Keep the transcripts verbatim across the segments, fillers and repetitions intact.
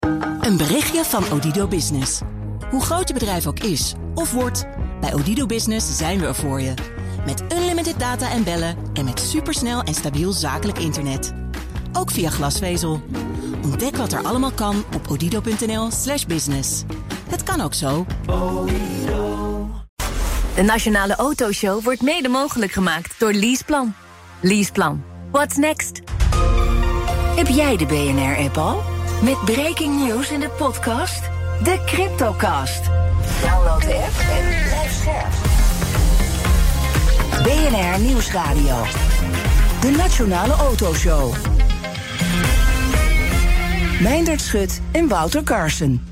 Een berichtje van Odido Business. Hoe groot je bedrijf ook is of wordt, bij Odido Business zijn we er voor je. Met unlimited data en bellen en met supersnel en stabiel zakelijk internet. Ook via glasvezel. Ontdek wat er allemaal kan op odido.nl slash business. Het kan ook zo. De Nationale Autoshow wordt mede mogelijk gemaakt door Leaseplan. Leaseplan. What's next? Heb jij de B N R-app al? Met breaking news in de podcast De Cryptocast. Download de app en blijf scherp. B N R Nieuwsradio. De Nationale Autoshow. Meindert Schut en Wouter Carson.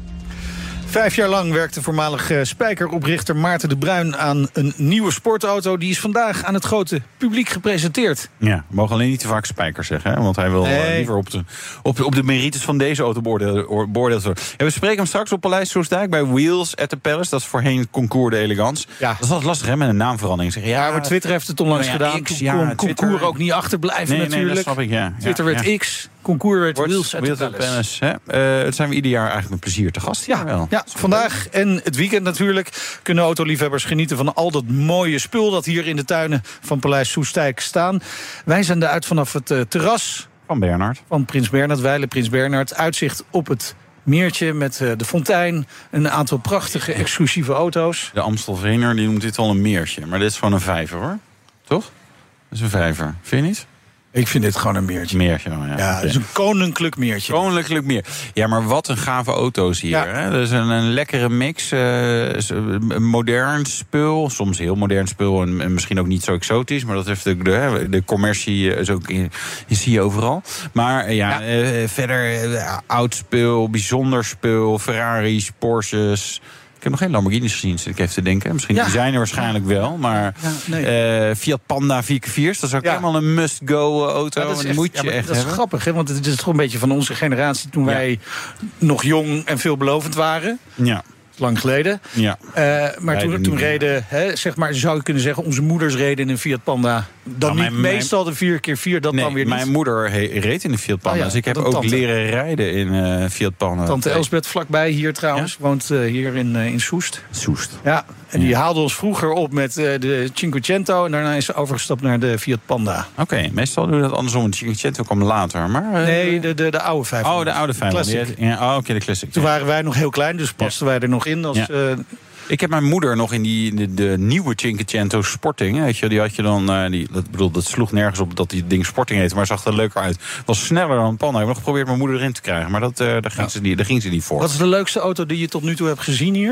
Vijf jaar lang werkte voormalig Spijker-oprichter Maarten de Bruin aan een nieuwe sportauto. Die is vandaag aan het grote publiek gepresenteerd. Ja, we mogen alleen niet te vaak Spijker zeggen, hè? Want hij wil nee. uh, liever op de, op, op de merites van deze auto beoordeeld worden. En we spreken hem straks op Paleis Soestdijk bij Wheels at the Palace. Dat is voorheen Concours de Elegance. Ja. Dat is altijd lastig, hè, met een naamverandering. Zeg, ja, ja, maar Twitter heeft het onlangs nou ja, gedaan. X, ja, Concours ook niet achterblijven nee, natuurlijk. Nee, dat snap ik, ja. Twitter ja, werd ja. X. Concours werd Wheels at the Palace. Palace. Hè? Uh, het zijn we ieder jaar eigenlijk met plezier te gast. Ja, wel. ja, vandaag en het weekend natuurlijk kunnen autoliefhebbers genieten van al dat mooie spul dat hier in de tuinen van Paleis Soestdijk staan. Wij zenden uit vanaf het uh, terras van Bernhard. Van Prins Bernhard, Weile Prins Bernhard. Uitzicht op het meertje met uh, de fontein. Een aantal prachtige, exclusieve auto's. De Amstelveener die noemt dit al een meertje. Maar dit is gewoon een vijver, hoor. Toch? Dat is een vijver. Vind je niet? Ik vind dit gewoon een meertje. Meertje, ja. Ja, het is een koninklijk meertje. Koninklijk meer. Ja, maar wat een gave auto's hier. Ja. Hè? Dat is een, een lekkere mix. Uh, modern spul. Soms heel modern spul en, en misschien ook niet zo exotisch. Maar dat heeft de, de, de commercie is ook in, die zie je overal. Maar ja, ja. Uh, verder uh, oud spul, bijzonder spul. Ferraris, Porsches. Ik heb nog geen Lamborghinis gezien, zit ik even te denken. Misschien ja. die zijn er waarschijnlijk wel. Maar ja, nee. uh, Fiat Panda vier keer vier's, dat is ook ja. helemaal een must-go auto. Ja, dat is echt, moet je ja, echt dat hebben. is grappig, hè? Want het is toch een beetje van onze generatie toen ja. wij nog jong en veelbelovend waren. Ja. Lang geleden. Ja. Uh, maar toen, toen reden, hè, zeg maar, zou je kunnen zeggen, onze moeders reden in een Fiat Panda. Dan nou, niet mijn, meestal de vier keer vier, dat nee, dan weer niet. Mijn moeder he, reed in de Fiat Panda. Oh ja, dus ik heb ook tante. leren rijden in uh, Fiat Panda. Tante Elsbeth vlakbij hier trouwens, ja? woont uh, hier in, uh, in Soest. Soest. Ja, en ja. die haalde ons vroeger op met uh, de Cinquecento. En daarna is ze overgestapt naar de Fiat Panda. Oké, okay, meestal doen we dat andersom. De Cinquecento kwam later. Maar, uh, nee, de, de, de oude vijfhonderd. Oh, de oude vijfhonderd. Ja, oh, oké, okay, de classic. Toen waren wij nog heel klein, dus pasten ja. wij er nog in als... Ja. Uh, Ik heb mijn moeder nog in die de, de nieuwe Cinquecento Sporting. Weet je, die had je dan. Uh, die, dat, bedoel, dat sloeg nergens op dat die ding Sporting heette, maar zag er leuker uit. Was sneller dan een Panda. Ik heb nog geprobeerd mijn moeder erin te krijgen, maar dat, uh, daar, ging ja. ze niet, daar ging ze niet voor. Wat is de leukste auto die je tot nu toe hebt gezien hier?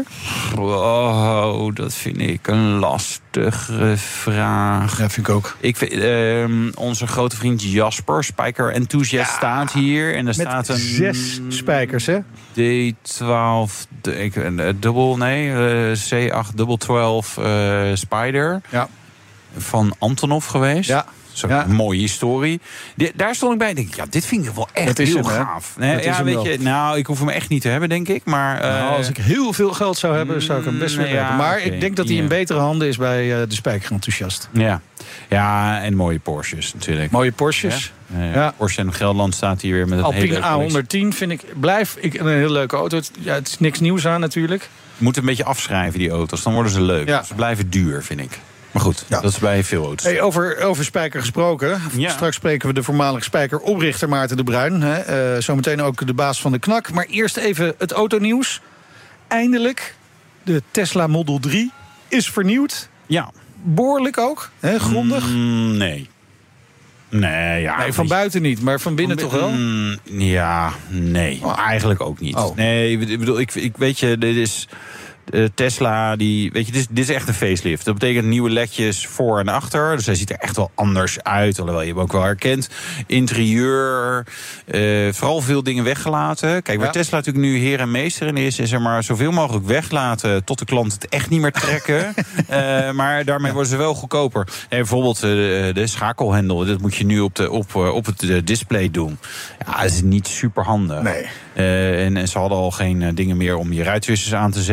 Oh, dat vind ik een lastige vraag. Ja, vind ik ook. Ik vind, uh, onze grote vriend Jasper, Spijker Enthusiast, ja, staat hier. En er met staat een zes spijkers, hè? D twaalf, de, ik, een, een dubbel, nee, uh, C acht dubbel twaalf uh, Spider. Ja. Van Antonov geweest. Ja. Zo'n ja. mooie historie. De, daar stond ik bij en denk ik, ja, dit vind ik wel echt heel hem, gaaf. Nee, ja, weet je, nou, ik hoef hem echt niet te hebben, denk ik. Maar, uh, nou, als ik heel veel geld zou hebben, zou ik hem best willen ja, hebben. Maar okay, ik denk dat hij ja. in betere handen is bij uh, de Spijker Enthousiast. Ja. Ja, en mooie Porsches natuurlijk. Mooie Porsches. Ja? Ja, ja. Porsche en Gelderland staat hier weer met een Alpine hele A honderdtien vind ik, blijf ik een heel leuke auto. Ja, het is niks nieuws aan natuurlijk. Je moet een beetje afschrijven, die auto's. Dan worden ze leuk. Ja. Ze blijven duur, vind ik. Maar goed, ja. dat is bij veel auto's. Hey, over, over Spijker gesproken. Ja. Straks spreken we de voormalig Spijker-oprichter Maarten de Bruin. Hè. Uh, zometeen ook de baas van de Knak. Maar eerst even het autonieuws. Eindelijk, de Tesla Model drie is vernieuwd. Ja. Behoorlijk ook, hè, grondig. Mm, nee. Nee, ja. Nee, van buiten niet, maar van binnen van, toch wel? Mm, ja, nee. Oh. Eigenlijk ook niet. Oh. Nee, ik bedoel, ik, ik weet je, dit is... Uh, Tesla, die, weet je, dit is, dit is echt een facelift. Dat betekent nieuwe ledjes voor en achter. Dus hij ziet er echt wel anders uit. Alhoewel je hem ook wel herkent. Interieur. Uh, vooral veel dingen weggelaten. Kijk, waar ja. Tesla natuurlijk nu heer en meester in is... is er maar zoveel mogelijk weglaten... tot de klant het echt niet meer trekken. uh, maar daarmee ja. worden ze wel goedkoper. En bijvoorbeeld uh, de schakelhendel. Dat moet je nu op, de, op, uh, op het display doen. Ja, dat is niet super handig. Nee. Uh, en, en ze hadden al geen uh, dingen meer om je ruitwissers aan te zetten en zo.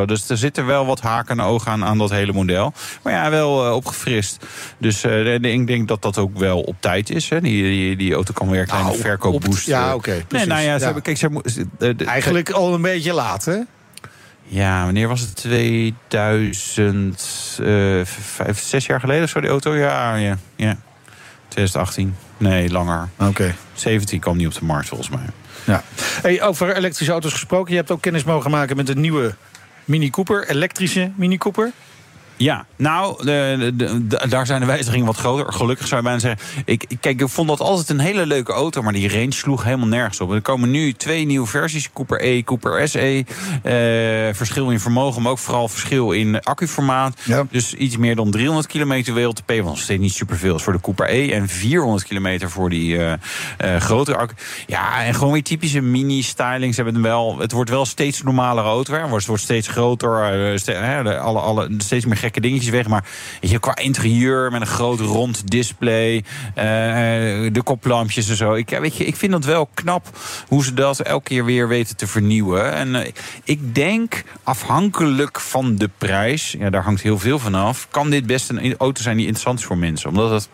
Dus er zitten wel wat haken en ogen aan, aan dat hele model. Maar ja, wel uh, opgefrist. Dus uh, ik denk dat dat ook wel op tijd is. Hè. Die, die, die auto kan weer een kleine nou, verkoop boosten. Ja, oké. Okay, nee, nou ja, ze, ja. Kijk, ze, uh, de, eigenlijk al een beetje laat, hè? Ja, wanneer was het? tweeduizend vijf, zes jaar geleden of zo, die auto? Ja, ja, ja. twintig achttien. Nee, langer. Oké. Okay. zeventien kwam niet op de markt, volgens mij. Ja. Hey, over elektrische auto's gesproken. Je hebt ook kennis mogen maken met de nieuwe Mini Cooper. Elektrische Mini Cooper. Ja, nou, de, de, de, daar zijn de wijzigingen wat groter. Gelukkig zou je bijna zeggen. Ik, kijk, ik vond dat altijd een hele leuke auto, maar die range sloeg helemaal nergens op. Er komen nu twee nieuwe versies, Cooper E, Cooper S E. Uh, verschil in vermogen, maar ook vooral verschil in accuformaat. Ja. Dus iets meer dan driehonderd kilometer W L T P, wat nog steeds niet superveel is voor de Cooper E. En vierhonderd kilometer voor die uh, uh, grotere accu. Ja, en gewoon weer typische mini-stylings hebben het wel. Het wordt wel steeds normalere auto. Hè. Het wordt steeds groter, uh, ste- uh, alle, alle, steeds meer gekke dingetjes weg, maar weet je, qua interieur met een groot rond display, uh, de koplampjes en zo. Ik, weet je, ik vind dat wel knap hoe ze dat elke keer weer weten te vernieuwen. En uh, ik denk, afhankelijk van de prijs, ja, daar hangt heel veel van af, kan dit best een auto zijn die interessant is voor mensen. Omdat het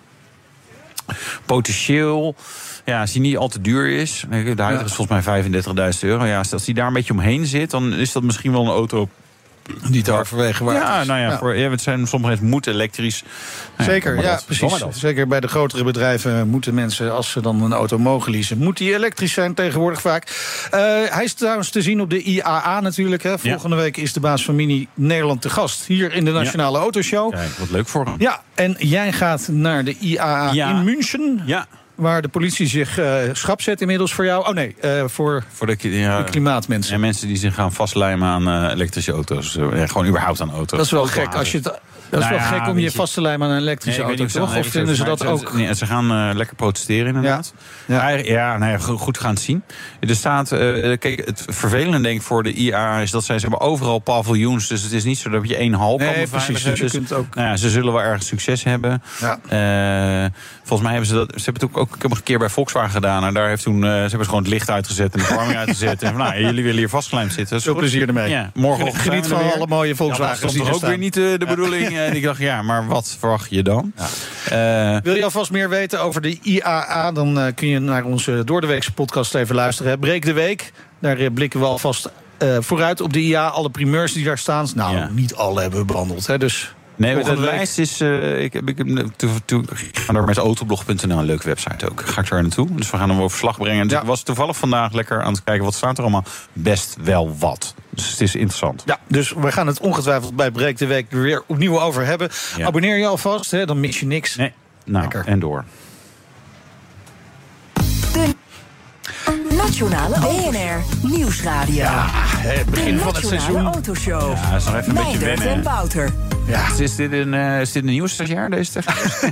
potentieel, ja, als die niet al te duur is, de huidige ja. is volgens mij vijfendertigduizend euro. Ja, als die daar een beetje omheen zit, dan is dat misschien wel een auto die te halverwege waard ja, is. Nou ja, ja. Voor, ja, het zijn sommige mensen moeten elektrisch. Zeker, ja, ja precies. Zeker bij de grotere bedrijven moeten mensen, als ze dan een auto mogen leasen, moet die elektrisch zijn tegenwoordig vaak. Uh, hij is trouwens te zien op de I A A natuurlijk. Hè. Volgende ja. week is de baas van Mini Nederland te gast hier in de Nationale ja. Autoshow. Kijk, wat leuk voor hem. Ja, en jij gaat naar de I A A ja. in München. Ja. Waar de politie zich uh, schrap zet inmiddels voor jou. Oh nee, uh, voor, voor de, ja, de klimaatmensen. En mensen die zich gaan vastlijmen aan uh, elektrische auto's. Uh, gewoon überhaupt aan auto's. Dat is wel gek. Als je het, dat is nou wel ja, gek om je vast te lijmen aan een elektrische nee, auto, toch? Of vinden ze dat ze, ook? Nee, ze gaan uh, lekker protesteren inderdaad. Ja, ja. ja nou ja, goed gaan zien. Er staat, uh, kijk, het vervelende denk ik voor de I A is dat zij ze hebben overal paviljoens. Dus het is niet zo dat je één hal kan nee, beveiligen. Precies, dus je kunt ook... nou ja, ze zullen wel erg succes hebben. Ja. Uh, volgens mij hebben ze dat. Ze hebben het ook, ook ik heb een keer bij Volkswagen gedaan. En daar heeft toen, uh, ze hebben gewoon het licht uitgezet en de verwarming uitgezet. En van, nou, jullie willen hier vastgelijmd zitten. Veel plezier ermee. Ja, morgen geniet van alle mooie Volkswagens. Ja, dat was toch ook weer niet uh, de bedoeling. Ja. En ik dacht, ja, maar wat verwacht je dan? Ja. Uh, Wil je alvast meer weten over de I A A? Dan uh, kun je naar onze doordeweekse podcast even luisteren. Breek de Week. Daar uh, blikken we alvast uh, vooruit op de I A A. Alle primeurs die daar staan. Nou, ja. niet alle hebben we behandeld. Hè, dus... Nee, maar de lijst is... Uh, ik, ik, ik, to, to, ik ga daar met autoblog punt n l, een leuke website ook. Ga ik daar naartoe. Dus we gaan hem over verslag brengen. Dus ja. Ik was toevallig vandaag lekker aan het kijken wat staat er allemaal. Best wel wat. Dus het is interessant. Ja, dus we gaan het ongetwijfeld bij Breek de Week weer opnieuw over hebben. Ja. Abonneer je alvast, hè, dan mis je niks. Nee, nou, lekker. En door. De Nationale B N R Nieuwsradio. Ja, het begin van het seizoen. De Nationale Autoshow. Ja, dat is nog even een beetje wennen. En Wouter. Ja. Is dit een, uh, is dit een nieuwsstagiair, deze techniek?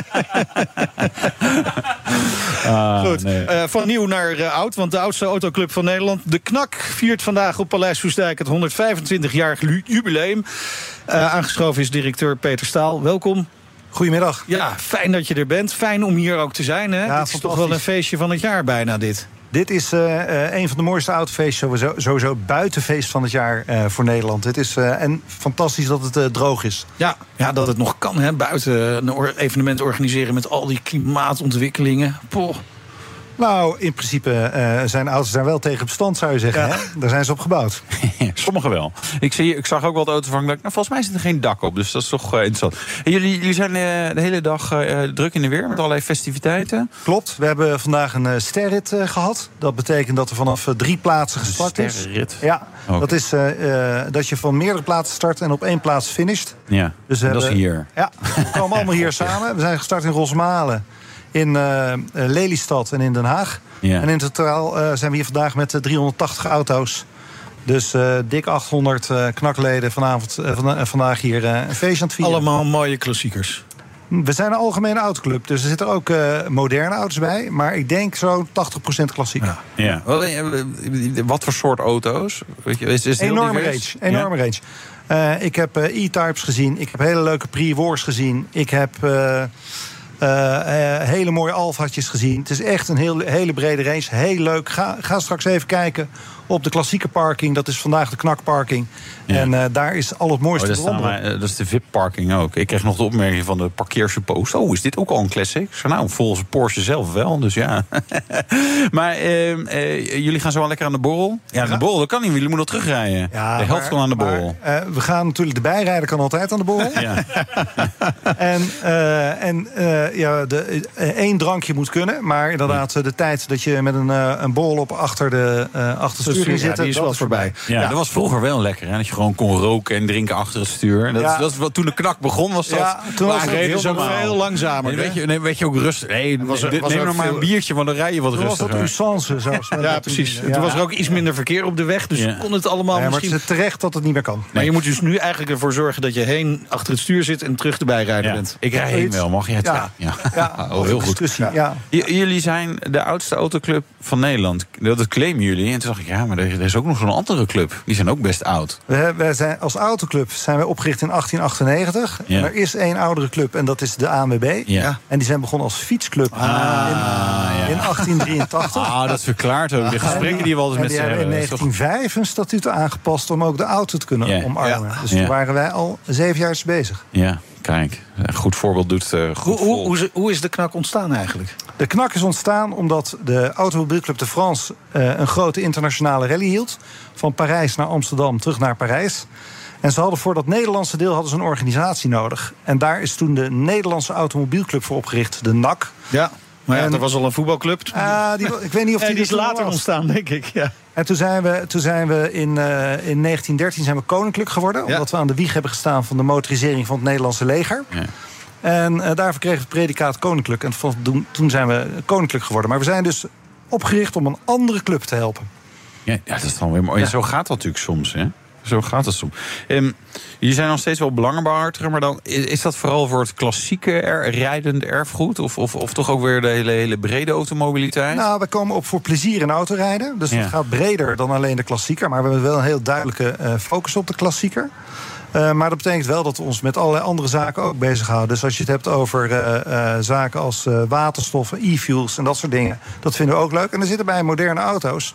ah, Goed, nee. uh, van nieuw naar uh, oud, want de oudste autoclub van Nederland, de Knak, viert vandaag op Paleis Soestdijk het honderdvijfentwintig-jarig jubileum. Uh, aangeschoven is directeur Peter Staal. Welkom. Goedemiddag. Ja, fijn dat je er bent. Fijn om hier ook te zijn. Hè? Ja, dit is toch wel een feestje van het jaar bijna, dit. Dit is uh, uh, een van de mooiste autofeesten, sowieso, sowieso buitenfeest van het jaar uh, voor Nederland. Het is uh, en fantastisch dat het uh, droog is. Ja, ja, dat het nog kan, hè, buiten een evenement organiseren met al die klimaatontwikkelingen. Poh. Nou, in principe uh, zijn auto's daar wel tegen bestand, zou je zeggen. Ja. Hè? Daar zijn ze op gebouwd. Sommige wel. Ik, zie, ik zag ook wel de auto's van. Nou, volgens mij zit er geen dak op, dus dat is toch uh, interessant. En jullie, jullie zijn uh, de hele dag uh, druk in de weer met allerlei festiviteiten. Klopt. We hebben vandaag een uh, sterrit uh, gehad. Dat betekent dat er vanaf uh, drie plaatsen gestart is. Sterrit? Ja. Okay. Dat is uh, uh, dat je van meerdere plaatsen start en op één plaats finisht. Ja. Dus dat hebben, is hier. Ja. We komen allemaal hier samen. We zijn gestart in Rosmalen, in uh, Lelystad en in Den Haag. Ja. En in totaal uh, zijn we hier vandaag met uh, driehonderdtachtig auto's. Dus uh, dik achthonderd uh, knakleden vanavond, uh, van, uh, vandaag hier uh, een feest aan het vieren. Allemaal mooie klassiekers. We zijn een algemene autoclub, dus er zitten ook uh, moderne auto's bij. Maar ik denk zo'n tachtig procent klassiek. Ja. Ja. Wat voor soort auto's? Weet je, is, is het enorme range. Enorme ja. range. Uh, ik heb uh, E-Types gezien. Ik heb hele leuke Pre-Wars gezien. Ik heb... Uh, Uh, uh, hele mooie Alfa'tjes gezien. Het is echt een heel, hele brede range. Heel leuk. Ga, ga straks even kijken op de klassieke parking. Dat is vandaag de knakparking. Ja. En uh, daar is al het mooiste oh, bewonderen. Uh, dat is de V I P-parking ook. Ik kreeg nog de opmerking van de parkeersuppost. Oh, is dit ook al een classic? Zo, nou, volgens Porsche zelf wel, dus ja. maar uh, uh, jullie gaan zo wel lekker aan de borrel? Ja, ja. de borrel, dat kan niet. Jullie moeten nog terugrijden. Ja, de helft kan aan de borrel. Maar, uh, we gaan natuurlijk, de bijrijder kan altijd aan de borrel. Ja. en uh, en uh, ja, de, uh, één drankje moet kunnen. Maar inderdaad, ja. de tijd dat je met een, uh, een borrel op achter de uh, achter de stuur zit, ja, die is wel voorbij. Ja, ja, dat was vroeger wel lekker, hè? Dat je gewoon kon roken en drinken achter het stuur. Dat, ja. dat is wat toen de knak begon, was dat. Ja, toen was het heel, zo heel langzamer. Nee, weet, je, nee, weet je ook rustig. Nee, was er, was neem nog maar veel... een biertje, want dan rij je wat toen rustiger. Was dat usance zelfs. Ja, precies. Ja. Toen was er ook iets minder verkeer op de weg, dus ja. kon het allemaal ja, misschien... Maar het is terecht dat het niet meer kan. Maar nee. je moet dus nu eigenlijk ervoor zorgen dat je heen achter het stuur zit en terug de bijrijder ja. bent. Ik rij heen wel, mag je het? Ja. ja. ja. Oh, heel goed. Ja. Ja. J- jullie zijn de oudste autoclub van Nederland. Dat claimen jullie. En toen dacht ik, ja, maar er is ook nog zo'n andere club. Die zijn ook best oud. We, we zijn, als autoclub zijn we opgericht in achttien achtennegentig. Ja. Er is één oudere club en dat is de A N W B. Ja. En die zijn begonnen als fietsclub ah, in, ja. in achttien drieëntachtig. Ah, dat verklaart ook. De gesprekken die we altijd met ze hebben. En die hebben in negentien vijf een statuut aangepast om ook de auto te kunnen ja. omarmen. Ja. Dus toen ja. waren wij al zeven jaar bezig. Ja, kijk. Een goed voorbeeld doet uh, goed hoe, hoe, hoe is de knak ontstaan eigenlijk? De knak is ontstaan omdat de Automobielclub de France uh, een grote internationale rally hield. Van Parijs naar Amsterdam, terug naar Parijs. En ze hadden voor dat Nederlandse deel hadden ze een organisatie nodig. En daar is toen de Nederlandse Automobielclub voor opgericht, de N A C. Ja, maar ja, en, er was al een voetbalclub. Uh, die, ik weet niet of die, ja, die is later was. ontstaan, denk ik. Ja. En toen zijn we, toen zijn we in, uh, in negentien dertien zijn we koninklijk geworden. Ja. Omdat we aan de wieg hebben gestaan van de motorisering van het Nederlandse leger. Ja. En uh, daarvoor kregen we het predicaat koninklijk. En toen, toen zijn we koninklijk geworden. Maar we zijn dus opgericht om een andere club te helpen. Ja, ja dat is dan weer mooi. Ja. Zo gaat dat natuurlijk soms, hè? Zo gaat het soms. Um, jullie zijn nog steeds wel belangenbehartiger, maar dan is dat vooral voor het klassieke er, rijdend erfgoed? Of, of, of toch ook weer de hele, hele brede automobiliteit? Nou, we komen op voor plezier in autorijden. Dus ja. het gaat breder dan alleen de klassieker. Maar we hebben wel een heel duidelijke uh, focus op de klassieker. Uh, maar dat betekent wel dat we ons met allerlei andere zaken ook bezighouden. Dus als je het hebt over uh, uh, zaken als uh, waterstoffen, e-fuels en dat soort dingen, dat vinden we ook leuk. En er zitten bij moderne auto's.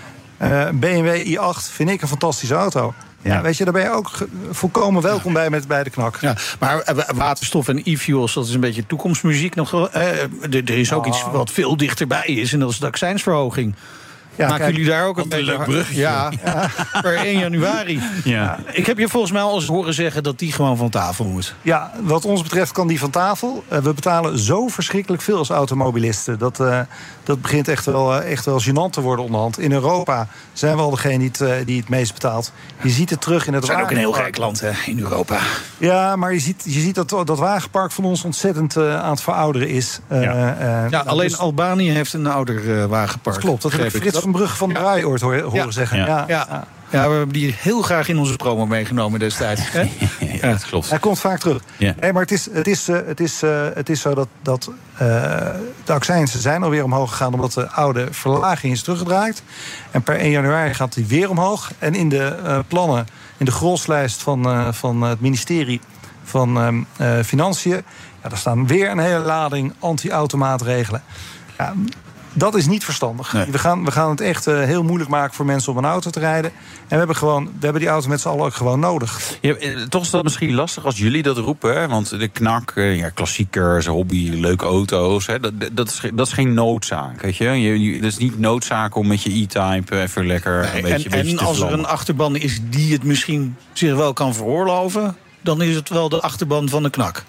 Uh, B M W i acht vind ik een fantastische auto. Ja, ja. Weet je, daar ben je ook ge- volkomen welkom bij met bij de knak. Ja, maar waterstof en e-fuels, dat is een beetje toekomstmuziek nog. Uh, er is ook oh. iets wat veel dichterbij is, en dat is de accijnsverhoging. Ja, maken kijk, jullie daar ook een beetje leuk bruggetje? Ja, ja. Per één januari. Ja. Ik heb je volgens mij al eens horen zeggen dat die gewoon van tafel moet. Ja, wat ons betreft kan die van tafel. Uh, we betalen zo verschrikkelijk veel als automobilisten. Dat, uh, dat begint echt wel, uh, echt wel gênant te worden onderhand. In Europa zijn we al degene die het, uh, die het meest betaalt. Je ziet het terug in het wagenpark. We zijn ook een heel rijk land, hè, in Europa. Ja, maar je ziet, je ziet dat dat wagenpark van ons ontzettend uh, aan het verouderen is. Uh, ja. Uh, ja, nou, alleen dus... Albanië heeft een ouder uh, wagenpark. Dat klopt, dat heb ik Frits van Brugge van de Rai ooit horen ja. zeggen. Ja. Ja. Ja. Ja. Ja, we hebben die heel graag in onze promo meegenomen destijds. Hè? Ja, dat klopt. Hij komt vaak terug. Ja. Nee, maar het is, het is, uh, het is, uh, het is zo dat, dat uh, de accijnsen zijn alweer omhoog gegaan, omdat de oude verlaging is teruggedraaid. En per één januari gaat die weer omhoog. En in de uh, plannen, in de groslijst van, uh, van het ministerie van uh, uh, Financiën, ja, daar staan weer een hele lading anti-automaatregelen. Ja, dat is niet verstandig. Nee. We, gaan, we gaan het echt uh, heel moeilijk maken voor mensen om een auto te rijden. En we hebben, gewoon, we hebben die auto met z'n allen ook gewoon nodig. Ja, toch is dat misschien lastig als jullie dat roepen. Hè? Want de knak, ja, klassiekers, hobby, leuke auto's. Hè? Dat, dat, is, dat is geen noodzaak. Weet je? Je, je, dat is niet noodzaak om met je e-type even lekker nee, een beetje, en, een beetje en te als vlammen. er een achterban is die het misschien zich wel kan veroorloven, dan is het wel de achterban van de knak.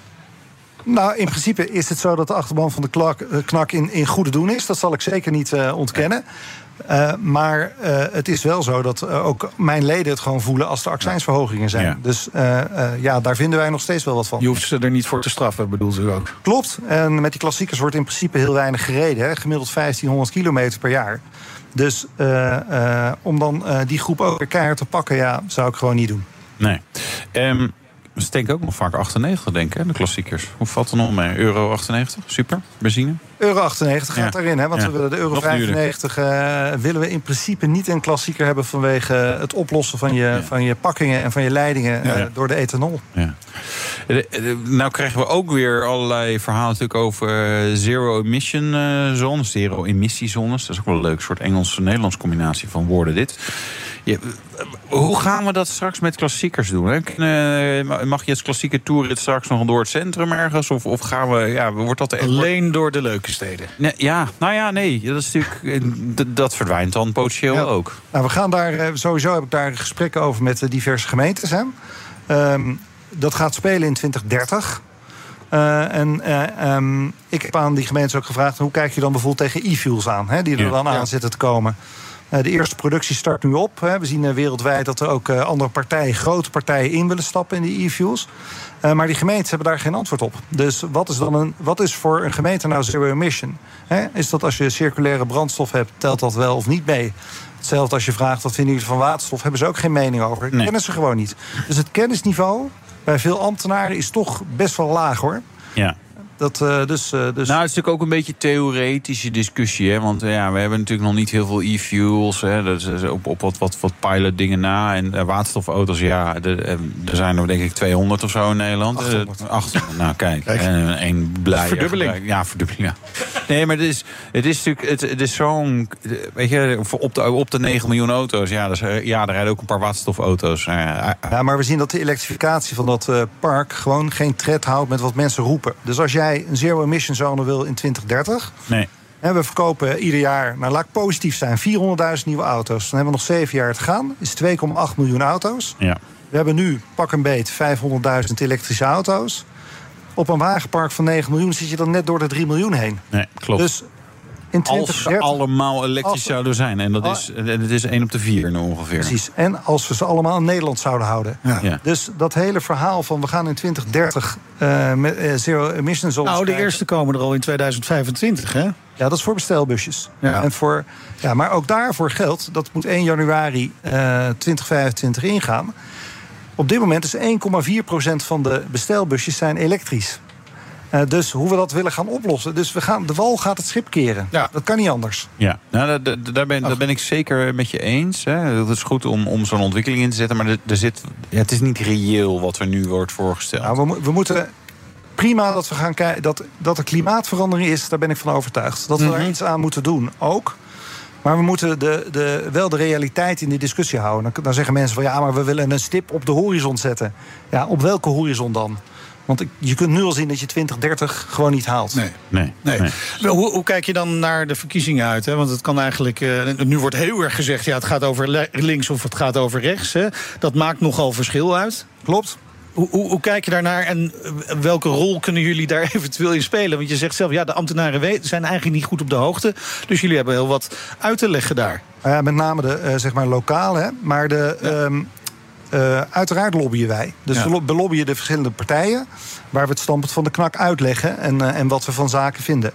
Nou, in principe is het zo dat de achterban van de klak, uh, knak in, in goede doen is. Dat zal ik zeker niet uh, ontkennen. Uh, maar uh, het is wel zo dat uh, ook mijn leden het gewoon voelen als er accijnsverhogingen zijn. Ja. Dus uh, uh, ja, daar vinden wij nog steeds wel wat van. Je hoeft ze er niet voor te straffen, bedoelt u ook? Klopt. En met die klassiekers wordt in principe heel weinig gereden. Hè? Gemiddeld vijftienhonderd kilometer per jaar. Dus uh, uh, om dan uh, die groep ook weer keihard te pakken, ja, zou ik gewoon niet doen. Nee. Um... Ze denken ook nog vaak achtennegentig, denk ik, de klassiekers. Hoe valt er nog mee? Euro achtennegentig, super, benzine? Euro achtennegentig gaat ja. daarin, hè? Want ja. we willen de Euro vijfennegentig uh, willen we in principe niet een klassieker hebben vanwege het oplossen van je, ja. van je pakkingen en van je leidingen ja. uh, door de ethanol. Ja. Nou krijgen we ook weer allerlei verhalen natuurlijk over zero-emission zones, zero-emissiezones. Dat is ook wel een leuk soort Engels-Nederlands combinatie van woorden dit. Ja, hoe gaan we dat straks met klassiekers doen? Hè? Mag je als klassieke toerrit straks nog door het centrum ergens? Of, of gaan we, ja, wordt dat echt... Alleen door de leuke steden? Nee, ja, nou ja, nee. Dat is natuurlijk, dat verdwijnt dan potentieel ja. ook. Nou, we gaan daar, sowieso heb ik daar gesprekken over met de diverse gemeentes. Hè. Um, dat gaat spelen in twintig dertig. Uh, en uh, um, ik heb aan die gemeentes ook gevraagd... hoe kijk je dan bijvoorbeeld tegen e-fuels aan? Hè, die er ja. dan aan ja. zitten te komen. Uh, de eerste productie start nu op. Hè. We zien uh, wereldwijd dat er ook uh, andere partijen... grote partijen in willen stappen in die e-fuels. Uh, maar die gemeentes hebben daar geen antwoord op. Dus wat is, dan een, wat is voor een gemeente nou zero emission? Hè? Is dat als je circulaire brandstof hebt... telt dat wel of niet mee? Hetzelfde als je vraagt, wat vinden jullie van waterstof... hebben ze ook geen mening over. Dat nee. kennen ze gewoon niet. Dus het kennisniveau bij veel ambtenaren is toch best wel laag, hoor. Ja. Dat, uh, dus, uh, dus... Nou, het is natuurlijk ook een beetje theoretische discussie. Hè? Want uh, ja, we hebben natuurlijk nog niet heel veel e-fuels. Hè? Dat is op, op wat, wat, wat pilot dingen na. En uh, waterstofauto's, ja, de, uh, er zijn er denk ik tweehonderd of zo in Nederland. achthonderd. Uh, achthonderd, nou kijk. kijk. En één blij. Verdubbeling. Ja, verdubbeling, ja. Nee, maar het is, het is natuurlijk, het, het is zo'n, weet je, op de, op de negen miljoen auto's, ja, dus, ja, er rijden ook een paar waterstofauto's. Ja, maar we zien dat de elektrificatie van dat uh, park gewoon geen tred houdt met wat mensen roepen. Dus als jij een zero-emission zone wil in twintig dertig... Nee. En we verkopen ieder jaar, nou laat ik positief zijn... vierhonderdduizend nieuwe auto's. Dan hebben we nog zeven jaar te gaan. is twee komma acht miljoen auto's. Ja. We hebben nu, pak een beet, vijfhonderdduizend elektrische auto's. Op een wagenpark van negen miljoen zit je dan net door de drie miljoen heen. Nee, klopt. Dus in twintig dertig, als ze allemaal elektrisch als, zouden zijn. En dat is, het is één op de vier nu ongeveer. Precies. En als we ze allemaal in Nederland zouden houden. Ja. Ja. Dus dat hele verhaal van we gaan in twintig dertig uh, met uh, zero emission zones. Nou, de krijgen. eerste komen er al in tweeduizend vijfentwintig, hè? Ja, dat is voor bestelbusjes. Ja. En voor, ja, maar ook daarvoor geldt, dat moet één januari uh, twintig vijfentwintig ingaan. Op dit moment is één komma vier procent van de bestelbusjes zijn elektrisch. Uh, dus hoe we dat willen gaan oplossen. Dus we gaan, de wal gaat het schip keren. Ja. Dat kan niet anders. Ja, nou, daar, daar, ben, daar ben ik zeker met je eens. Hè. Het is goed om, om zo'n ontwikkeling in te zetten. Maar er, er zit, ja, het is niet reëel wat er nu wordt voorgesteld. Nou, we, we moeten prima dat we gaan kijken. Dat, dat er klimaatverandering is, daar ben ik van overtuigd. Dat we mm-hmm. daar iets aan moeten doen, ook. Maar we moeten de, de, wel de realiteit in die discussie houden. Dan, dan zeggen mensen van ja, maar we willen een stip op de horizon zetten. Ja, op welke horizon dan? Want je kunt nu al zien dat je twintig dertig gewoon niet haalt. Nee. nee, nee. nee. Hoe, hoe kijk je dan naar de verkiezingen uit? Hè? Want het kan eigenlijk. Uh, nu wordt heel erg gezegd: ja, het gaat over links of het gaat over rechts. Hè? Dat maakt nogal verschil uit. Klopt. Hoe, hoe, hoe kijk je daarnaar en welke rol kunnen jullie daar eventueel in spelen? Want je zegt zelf, ja, de ambtenaren weten, zijn eigenlijk niet goed op de hoogte. Dus jullie hebben heel wat uit te leggen daar. Ja, met name de uh, zeg maar lokale, hè? Maar de. Ja. Um, Uh, uiteraard lobbyen wij. Dus ja. we belobbyen de verschillende partijen waar we het standpunt van de knak uitleggen en, uh, en wat we van zaken vinden.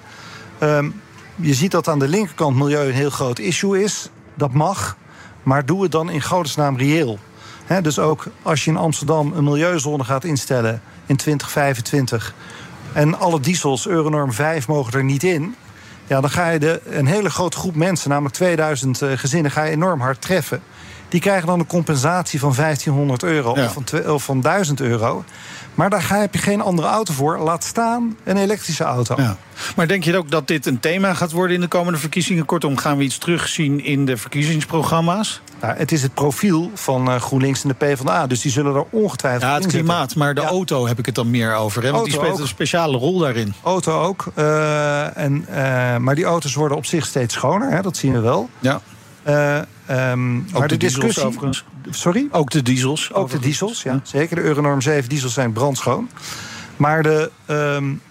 Um, je ziet dat aan de linkerkant milieu een heel groot issue is. Dat mag, maar doe het dan in godesnaam reëel. He, dus ook als je in Amsterdam een milieuzone gaat instellen in twintig vijfentwintig... en alle diesels, Euronorm vijf, mogen er niet in, ja, dan ga je de, een hele grote groep mensen, namelijk tweeduizend uh, gezinnen, ga je enorm hard treffen. Die krijgen dan een compensatie van vijftienhonderd euro ja. of, van tw- of van duizend euro. Maar daar heb je geen andere auto voor. Laat staan een elektrische auto. Ja. Maar denk je ook dat dit een thema gaat worden in de komende verkiezingen? Kortom, gaan we iets terugzien in de verkiezingsprogramma's? Nou, het is het profiel van uh, GroenLinks en de PvdA. Dus die zullen er ongetwijfeld in Ja, het klimaat, maar de ja. auto heb ik het dan meer over. Hè? Want auto die speelt ook. Een speciale rol daarin. Auto ook. Uh, en, uh, maar die auto's worden op zich steeds schoner. Hè? Dat zien we wel. Ja. Uh, um, ook maar de, de discussie, discussie. overigens. Sorry? Ook de diesels. Ook overigens. de diesels, ja, zeker. De Euronorm zeven diesels zijn brandschoon. Maar de, um,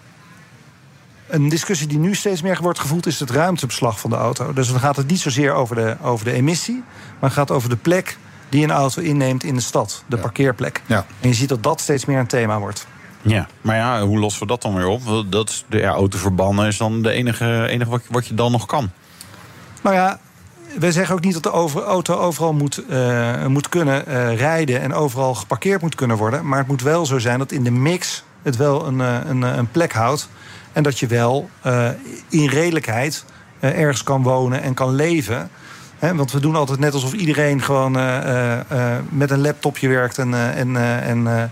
een discussie die nu steeds meer wordt gevoerd is het ruimtebeslag van de auto. Dus dan gaat het niet zozeer over de, over de emissie, maar het gaat over de plek die een auto inneemt in de stad. De ja. parkeerplek. Ja. En je ziet dat dat steeds meer een thema wordt. Ja, maar ja, hoe lossen we dat dan weer op? Dat is de ja, auto verbannen is dan de enige, enige wat, wat je dan nog kan. Nou ja, wij zeggen ook niet dat de over, auto overal moet, uh, moet kunnen uh, rijden en overal geparkeerd moet kunnen worden. Maar het moet wel zo zijn dat in de mix het wel een, een, een plek houdt. En dat je wel uh, in redelijkheid uh, ergens kan wonen en kan leven. He, want we doen altijd net alsof iedereen gewoon uh, uh, met een laptopje werkt en, uh, en, uh, en uh,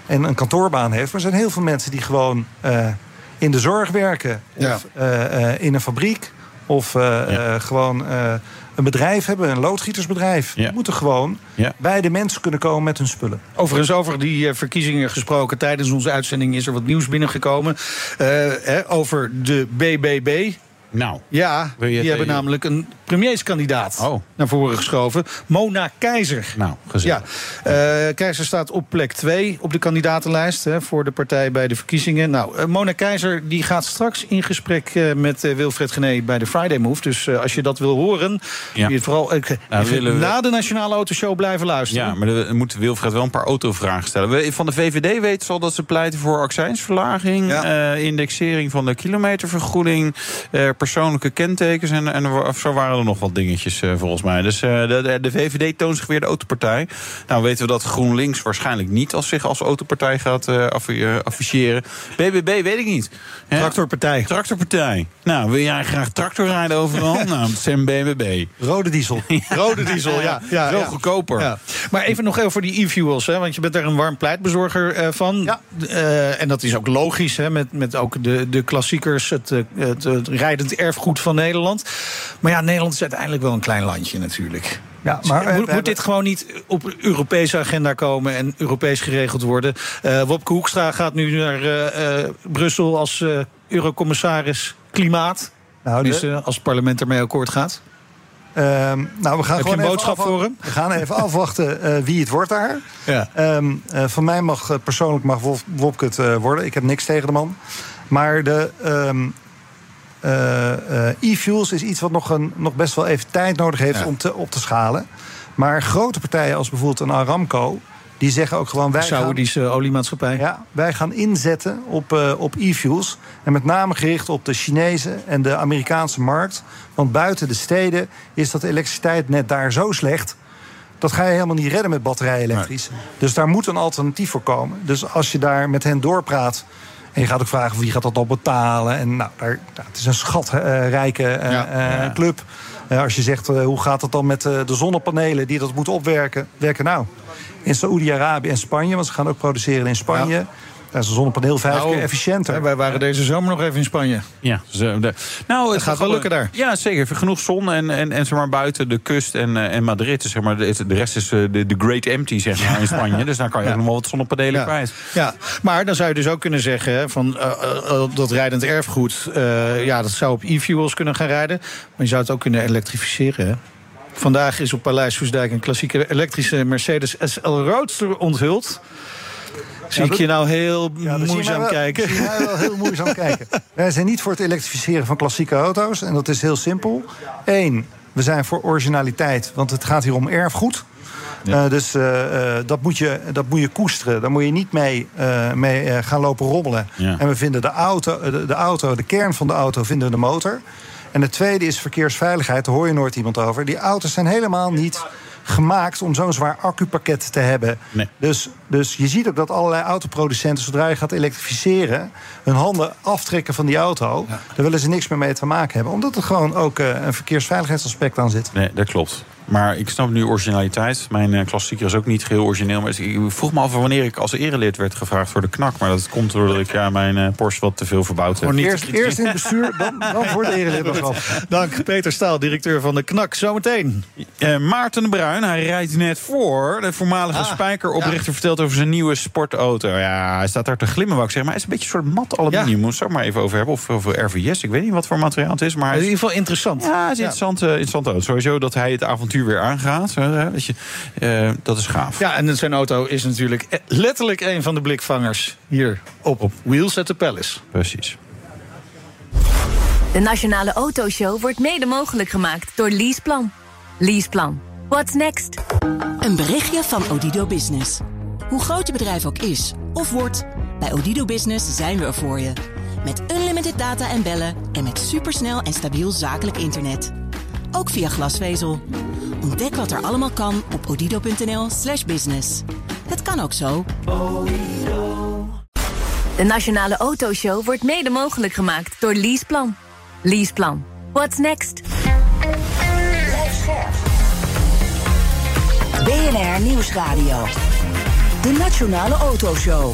en een kantoorbaan heeft. Maar er zijn heel veel mensen die gewoon uh, in de zorg werken. Ja. Of uh, uh, in een fabriek. Of uh, ja. uh, gewoon uh, een bedrijf hebben, een loodgietersbedrijf. Ja. Die moeten gewoon ja. bij de mensen kunnen komen met hun spullen. Overigens, over die uh, verkiezingen gesproken. Tijdens onze uitzending is er wat nieuws binnengekomen. Uh, hè, over de B B B. Nou, ja, die hebben je... namelijk een premierskandidaat oh. naar voren geschoven. Mona Keizer. Nou, gezellig. Ja. Uh, Keizer staat op plek twee op de kandidatenlijst hè, voor de partij bij de verkiezingen. Nou, uh, Mona Keizer die gaat straks in gesprek uh, met uh, Wilfred Genee bij de Friday Move. Dus uh, als je dat wil horen, ja. je vooral uh, nou, we... na de Nationale Autoshow blijven luisteren. Ja, maar we moeten Wilfred wel een paar autovragen stellen. Van de V V D weten ze al dat ze pleiten voor accijnsverlaging, ja. uh, indexering van de kilometervergoeding, uh, persoonlijke kentekens en, en of zo waren er nog wat dingetjes uh, volgens mij. Dus uh, de, de V V D toont zich weer de autopartij. Nou weten we dat GroenLinks waarschijnlijk niet als zich als autopartij gaat uh, afficheren. B B B weet ik niet. Hè? Tractorpartij. Tractorpartij. Nou, wil jij graag tractor rijden overal? Nou, het is een B B B. Rode diesel. Ja. Rode diesel, ja. ja Veel ja. goedkoper. Ja. Maar even nog even voor die e-fuels, hè, want je bent daar een warm pleitbezorger uh, van. Ja. Uh, en dat is ook logisch, hè, met, met ook de, de klassiekers, het, het, het rijdend erfgoed van Nederland. Maar ja, Nederland is uiteindelijk wel een klein landje natuurlijk. Ja, maar moet, moet hebben... dit gewoon niet op de Europese agenda komen en Europees geregeld worden? Uh, Wopke Hoekstra gaat nu naar uh, uh, Brussel als uh, eurocommissaris Klimaat. Nou, de... dus, uh, als het parlement ermee akkoord gaat. Um, nou, we gaan Heb gewoon je een boodschap even voor hem? We gaan even afwachten uh, wie het wordt daar. Ja. Um, uh, van mij mag uh, persoonlijk mag Wopke het uh, worden. Ik heb niks tegen de man. Maar de um, uh, uh, e-fuels is iets wat nog, een, nog best wel even tijd nodig heeft ja. om te, op te schalen. Maar grote partijen als bijvoorbeeld een Aramco, die zeggen ook gewoon wij Saoedische gaan, oliemaatschappij. Ja, wij gaan inzetten op, uh, op e-fuels. En met name gericht op de Chinese en de Amerikaanse markt. Want buiten de steden is dat elektriciteit net daar zo slecht. Dat ga je helemaal niet redden met batterij elektrisch. Nee. Dus daar moet een alternatief voor komen. Dus als je daar met hen doorpraat en je gaat ook vragen wie gaat dat al betalen. En nou, daar, nou het is een schatrijke uh, ja, uh, ja. club. Uh, als je zegt uh, hoe gaat het dan met uh, de zonnepanelen die dat moeten opwerken. Werken nou in Saoedi-Arabië en Spanje, want ze gaan ook produceren in Spanje. Ja. Daar is een zonnepaneel vijf nou, keer efficiënter. Ja, wij waren deze zomer nog even in Spanje. Ja, zo, de, nou, het gaat wel lukken daar. Ja, zeker. Genoeg zon en, en, en zeg maar, buiten de kust en, en Madrid. Zeg maar, de, de rest is de, de Great Empty zeg maar, in Spanje. Dus daar kan je ja. nog wel wat zonnepanelen ja. kwijt. Ja, maar dan zou je dus ook kunnen zeggen hè, van uh, uh, dat rijdend erfgoed, uh, ja, dat zou op e-fuels kunnen gaan rijden. Maar je zou het ook kunnen elektrificeren. Hè? Vandaag is op Paleis Soesdijk een klassieke elektrische Mercedes S L Roadster onthuld. Zie ja, ik je nou heel ja, moeizaam wel, kijken? Zie je mij wel heel moeizaam kijken. Wij zijn niet voor het elektrificeren van klassieke auto's. En dat is heel simpel. Eén, we zijn voor originaliteit. Want het gaat hier om erfgoed. Ja. Uh, dus uh, uh, dat, moet je, dat moet je koesteren. Daar moet je niet mee, uh, mee uh, gaan lopen rommelen. Ja. En we vinden de auto, de, de auto, de kern van de auto, vinden we de motor. En het tweede is verkeersveiligheid. Daar hoor je nooit iemand over. Die auto's zijn helemaal niet gemaakt om zo'n zwaar accupakket te hebben. Nee. Dus, dus je ziet ook dat allerlei autoproducenten, zodra je gaat elektrificeren, hun handen aftrekken van die auto. Ja. Daar willen ze niks meer mee te maken hebben. Omdat er gewoon ook uh, een verkeersveiligheidsaspect aan zit. Nee, dat klopt. Maar ik snap nu originaliteit. Mijn uh, klassieker is ook niet geheel origineel. Maar ik vroeg me af wanneer ik als erelid werd gevraagd voor de knak. Maar dat komt doordat ik ja, mijn uh, Porsche wat te veel verbouwd heb. Eerst, eerst in het bestuur, dan, dan voor de erelidmaatschap. Dank, Peter Staal, directeur van de knak. Zometeen. Uh, Maarten de Bruin, hij rijdt net voor. De voormalige ah, spijkeroprichter ja. vertelt over zijn nieuwe sportauto. Ja, hij staat daar te glimmen, wou ik zeggen. Maar hij is een beetje een soort mat aluminium. Ja. Moet het zo maar even over hebben. Of over R V S. Ik weet niet wat voor materiaal het is. Maar in ieder geval interessant. Ja, het is ja. interessant, uh, interessant auto. Sowieso dat hij het avontuur weer aangaat. Dat, je, uh, dat is gaaf. Ja, en zijn auto is natuurlijk letterlijk een van de blikvangers hier op, op Wheels at the Palace. Precies. De Nationale Autoshow wordt mede mogelijk gemaakt door Leaseplan. Leaseplan. What's next? Een berichtje van Odido Business. Hoe groot je bedrijf ook is of wordt, bij Odido Business zijn we er voor je. Met unlimited data en bellen en met supersnel en stabiel zakelijk internet. Ook via glasvezel. Ontdek wat er allemaal kan op odido.nl slash business. Het kan ook zo. De Nationale Autoshow wordt mede mogelijk gemaakt door Leaseplan. Leaseplan. What's next? B N R Nieuwsradio. de Nationale Autoshow.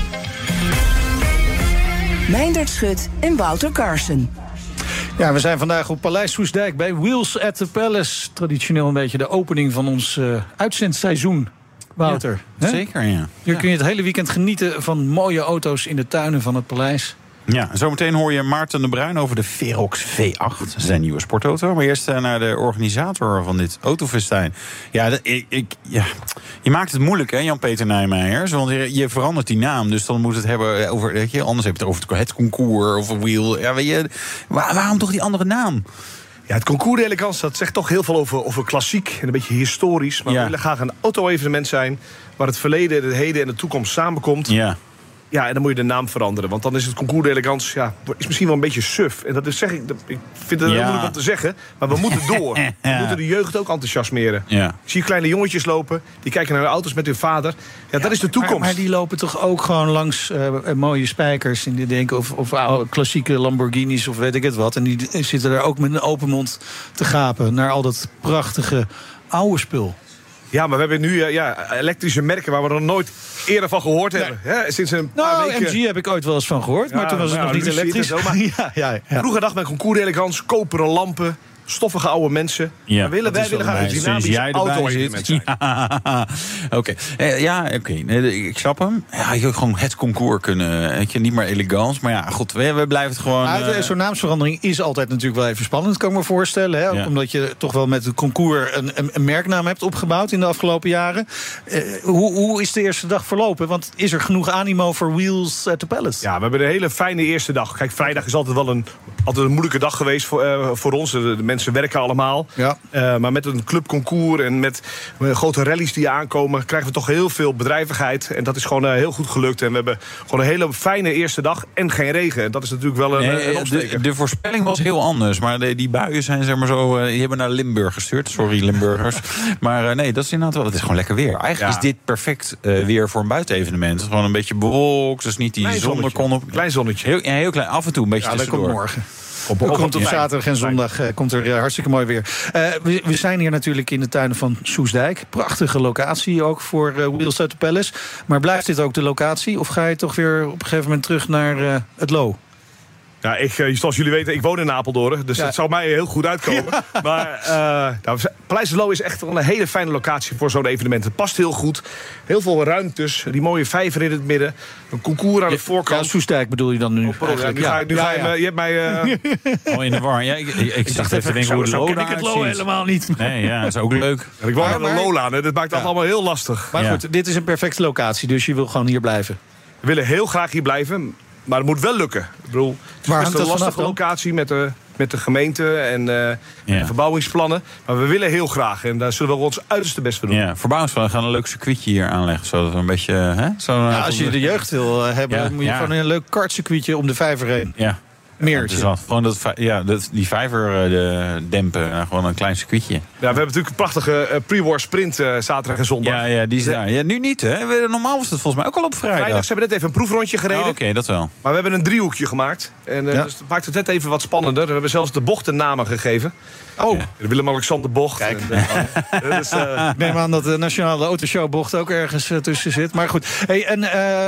Meindert Schut en Wouter Carson. Ja, we zijn vandaag op Paleis Soestdijk bij Wheels at the Palace. Traditioneel een beetje de opening van ons uh, uitzendseizoen. Wouter. Ja, zeker, ja. Hier kun je het hele weekend genieten van mooie auto's in de tuinen van het paleis. Ja, zometeen hoor je Maarten de Bruin over de Verox V acht, zijn nieuwe sportauto. Maar eerst naar de organisator van dit autofestijn. Ja, de, ik, ik, ja, je maakt het moeilijk, hè, Jan-Peter Nijmeijers. Want je, je verandert die naam, dus dan moet het hebben over, weet je, anders heb je het over het concours of een wheel. Ja, weet je, waar, waarom toch die andere naam? Ja, het Concours d'Elegance, dat zegt toch heel veel over, over klassiek en een beetje historisch. Maar ja. we willen graag een auto-evenement zijn waar het verleden, het heden en de toekomst samenkomt. Ja. Ja, en dan moet je de naam veranderen. Want dan is het Concours d'Elegance, ja, is misschien wel een beetje suf. En dat is, zeg ik, dat, ik vind het ja. heel moeilijk om te zeggen. Maar we moeten door. ja. We moeten de jeugd ook enthousiasmeren. Ja. Ik zie kleine jongetjes lopen, die kijken naar de auto's met hun vader. Ja, ja dat is de toekomst. Maar, maar die lopen toch ook gewoon langs uh, mooie spijkers. En die denken of, of oude, klassieke Lamborghinis of weet ik het wat. En die zitten daar ook met een open mond te gapen naar al dat prachtige oude spul. Ja, maar we hebben nu uh, ja, elektrische merken waar we nog nooit eerder van gehoord nee. hebben. Hè? Sinds een paar nou, weken... M G heb ik ooit wel eens van gehoord, ja, maar toen was het ja, nog niet elektrisch. Zo, maar ja, ja, ja. Vroeger dacht men Concours d'Elegance, koperen lampen, stoffige oude mensen. Ja, maar willen wij willen gaan een dynamisch auto-evenement zijn. Ja, oké. Okay. Eh, ja, oké. Okay. Nee, ik snap hem. Ja, je had gewoon het concours kunnen. Weet je, niet meer elegant. Maar ja, goed, we, we blijven het gewoon... Uh... Zo'n naamsverandering is altijd natuurlijk wel even spannend, kan ik me voorstellen. Hè? Ook ja. omdat je toch wel met het concours een, een, een merknaam hebt opgebouwd in de afgelopen jaren. Uh, hoe, hoe is de eerste dag verlopen? Want is er genoeg animo voor Wheels at the Palace? Ja, we hebben een hele fijne eerste dag. Kijk, vrijdag is altijd wel een, altijd een moeilijke dag geweest voor, uh, voor ons. De, de mensen werken allemaal. Ja. Uh, maar met een clubconcours en met uh, grote rallies die aankomen, krijgen we toch heel veel bedrijvigheid. En dat is gewoon uh, heel goed gelukt. En we hebben gewoon een hele fijne eerste dag en geen regen. En dat is natuurlijk wel een, nee, een opsteker. De, de voorspelling was heel anders. Maar de, die buien zijn zeg maar zo. Uh, die hebben naar Limburg gestuurd. Sorry, Limburgers. maar uh, nee, dat is inderdaad wel. Het is gewoon lekker weer. Eigenlijk ja. is dit perfect uh, weer voor een buitenevenement. Het is gewoon een beetje bewolkt. Dus niet die zon kon op. Klein zonnetje. Heel, ja, heel klein. Af en toe een beetje ja, tussendoor. Dat komt morgen. Op, op, komt op zaterdag en zondag uh, komt er uh, hartstikke mooi weer. Uh, we, we zijn hier natuurlijk in de tuinen van Soestdijk. Prachtige locatie ook voor uh, Wheels at the Palace. Maar blijft dit ook de locatie? Of ga je toch weer op een gegeven moment terug naar uh, het Lo? Ja, ik, zoals jullie weten, ik woon in Apeldoorn. Dus ja. dat zou mij heel goed uitkomen. Ja. Maar uh, nou, Paleis de Lo is echt een hele fijne locatie voor zo'n evenement. Het past heel goed. Heel veel ruimtes. Die mooie vijver in het midden. Een concours aan de voorkant. Ja, Soestdijk bedoel je dan nu? Oh, ja, nu ga, nu ja, ga je, ja. me, je hebt mij... Uh... Oh, in de war. Ja, ik, ik, ik dacht even denken hoe de Lo ken ik het Lo helemaal niet. Nee, ja, dat is ook leuk. Ja, ik woon aan de Lola. Dat maakt het ja. allemaal heel lastig. Maar goed, dit is een perfecte locatie. Dus je wil gewoon hier blijven. We willen heel graag hier blijven. Maar het moet wel lukken. Ik bedoel, het is best een lastige locatie met de, met de gemeente en, uh, ja. en verbouwingsplannen. Maar we willen heel graag. En daar zullen we ons uiterste best voor doen. Ja, verbouwingsplannen gaan een leuk circuitje hier aanleggen. Zodat we een beetje... Hè, zo ja, als je de jeugd wil hebben, ja, moet je ja. gewoon een leuk kartcircuitje om de vijver heen. Ja. Meertje. Ja, gewoon dat, ja, dat, die vijver de dempen. Uh, gewoon een klein circuitje. Ja, we hebben natuurlijk een prachtige uh, pre-war sprint uh, zaterdag en zondag. Ja, ja, die is daar. Ja, nu niet, hè? We, normaal was het volgens mij ook al op vrijdag. Vrijdag, ze hebben net even een proefrondje gereden. Oh, Oké, okay, dat wel. Maar we hebben een driehoekje gemaakt. En uh, ja. dus dat maakt het net even wat spannender. We hebben zelfs de bochten namen gegeven. Oh, ja. De Willem-Alexander bocht. Kijk. En, uh, dus, uh, ik neem aan dat de Nationale Autoshow bocht ook ergens uh, tussen zit. Maar goed. Hey, en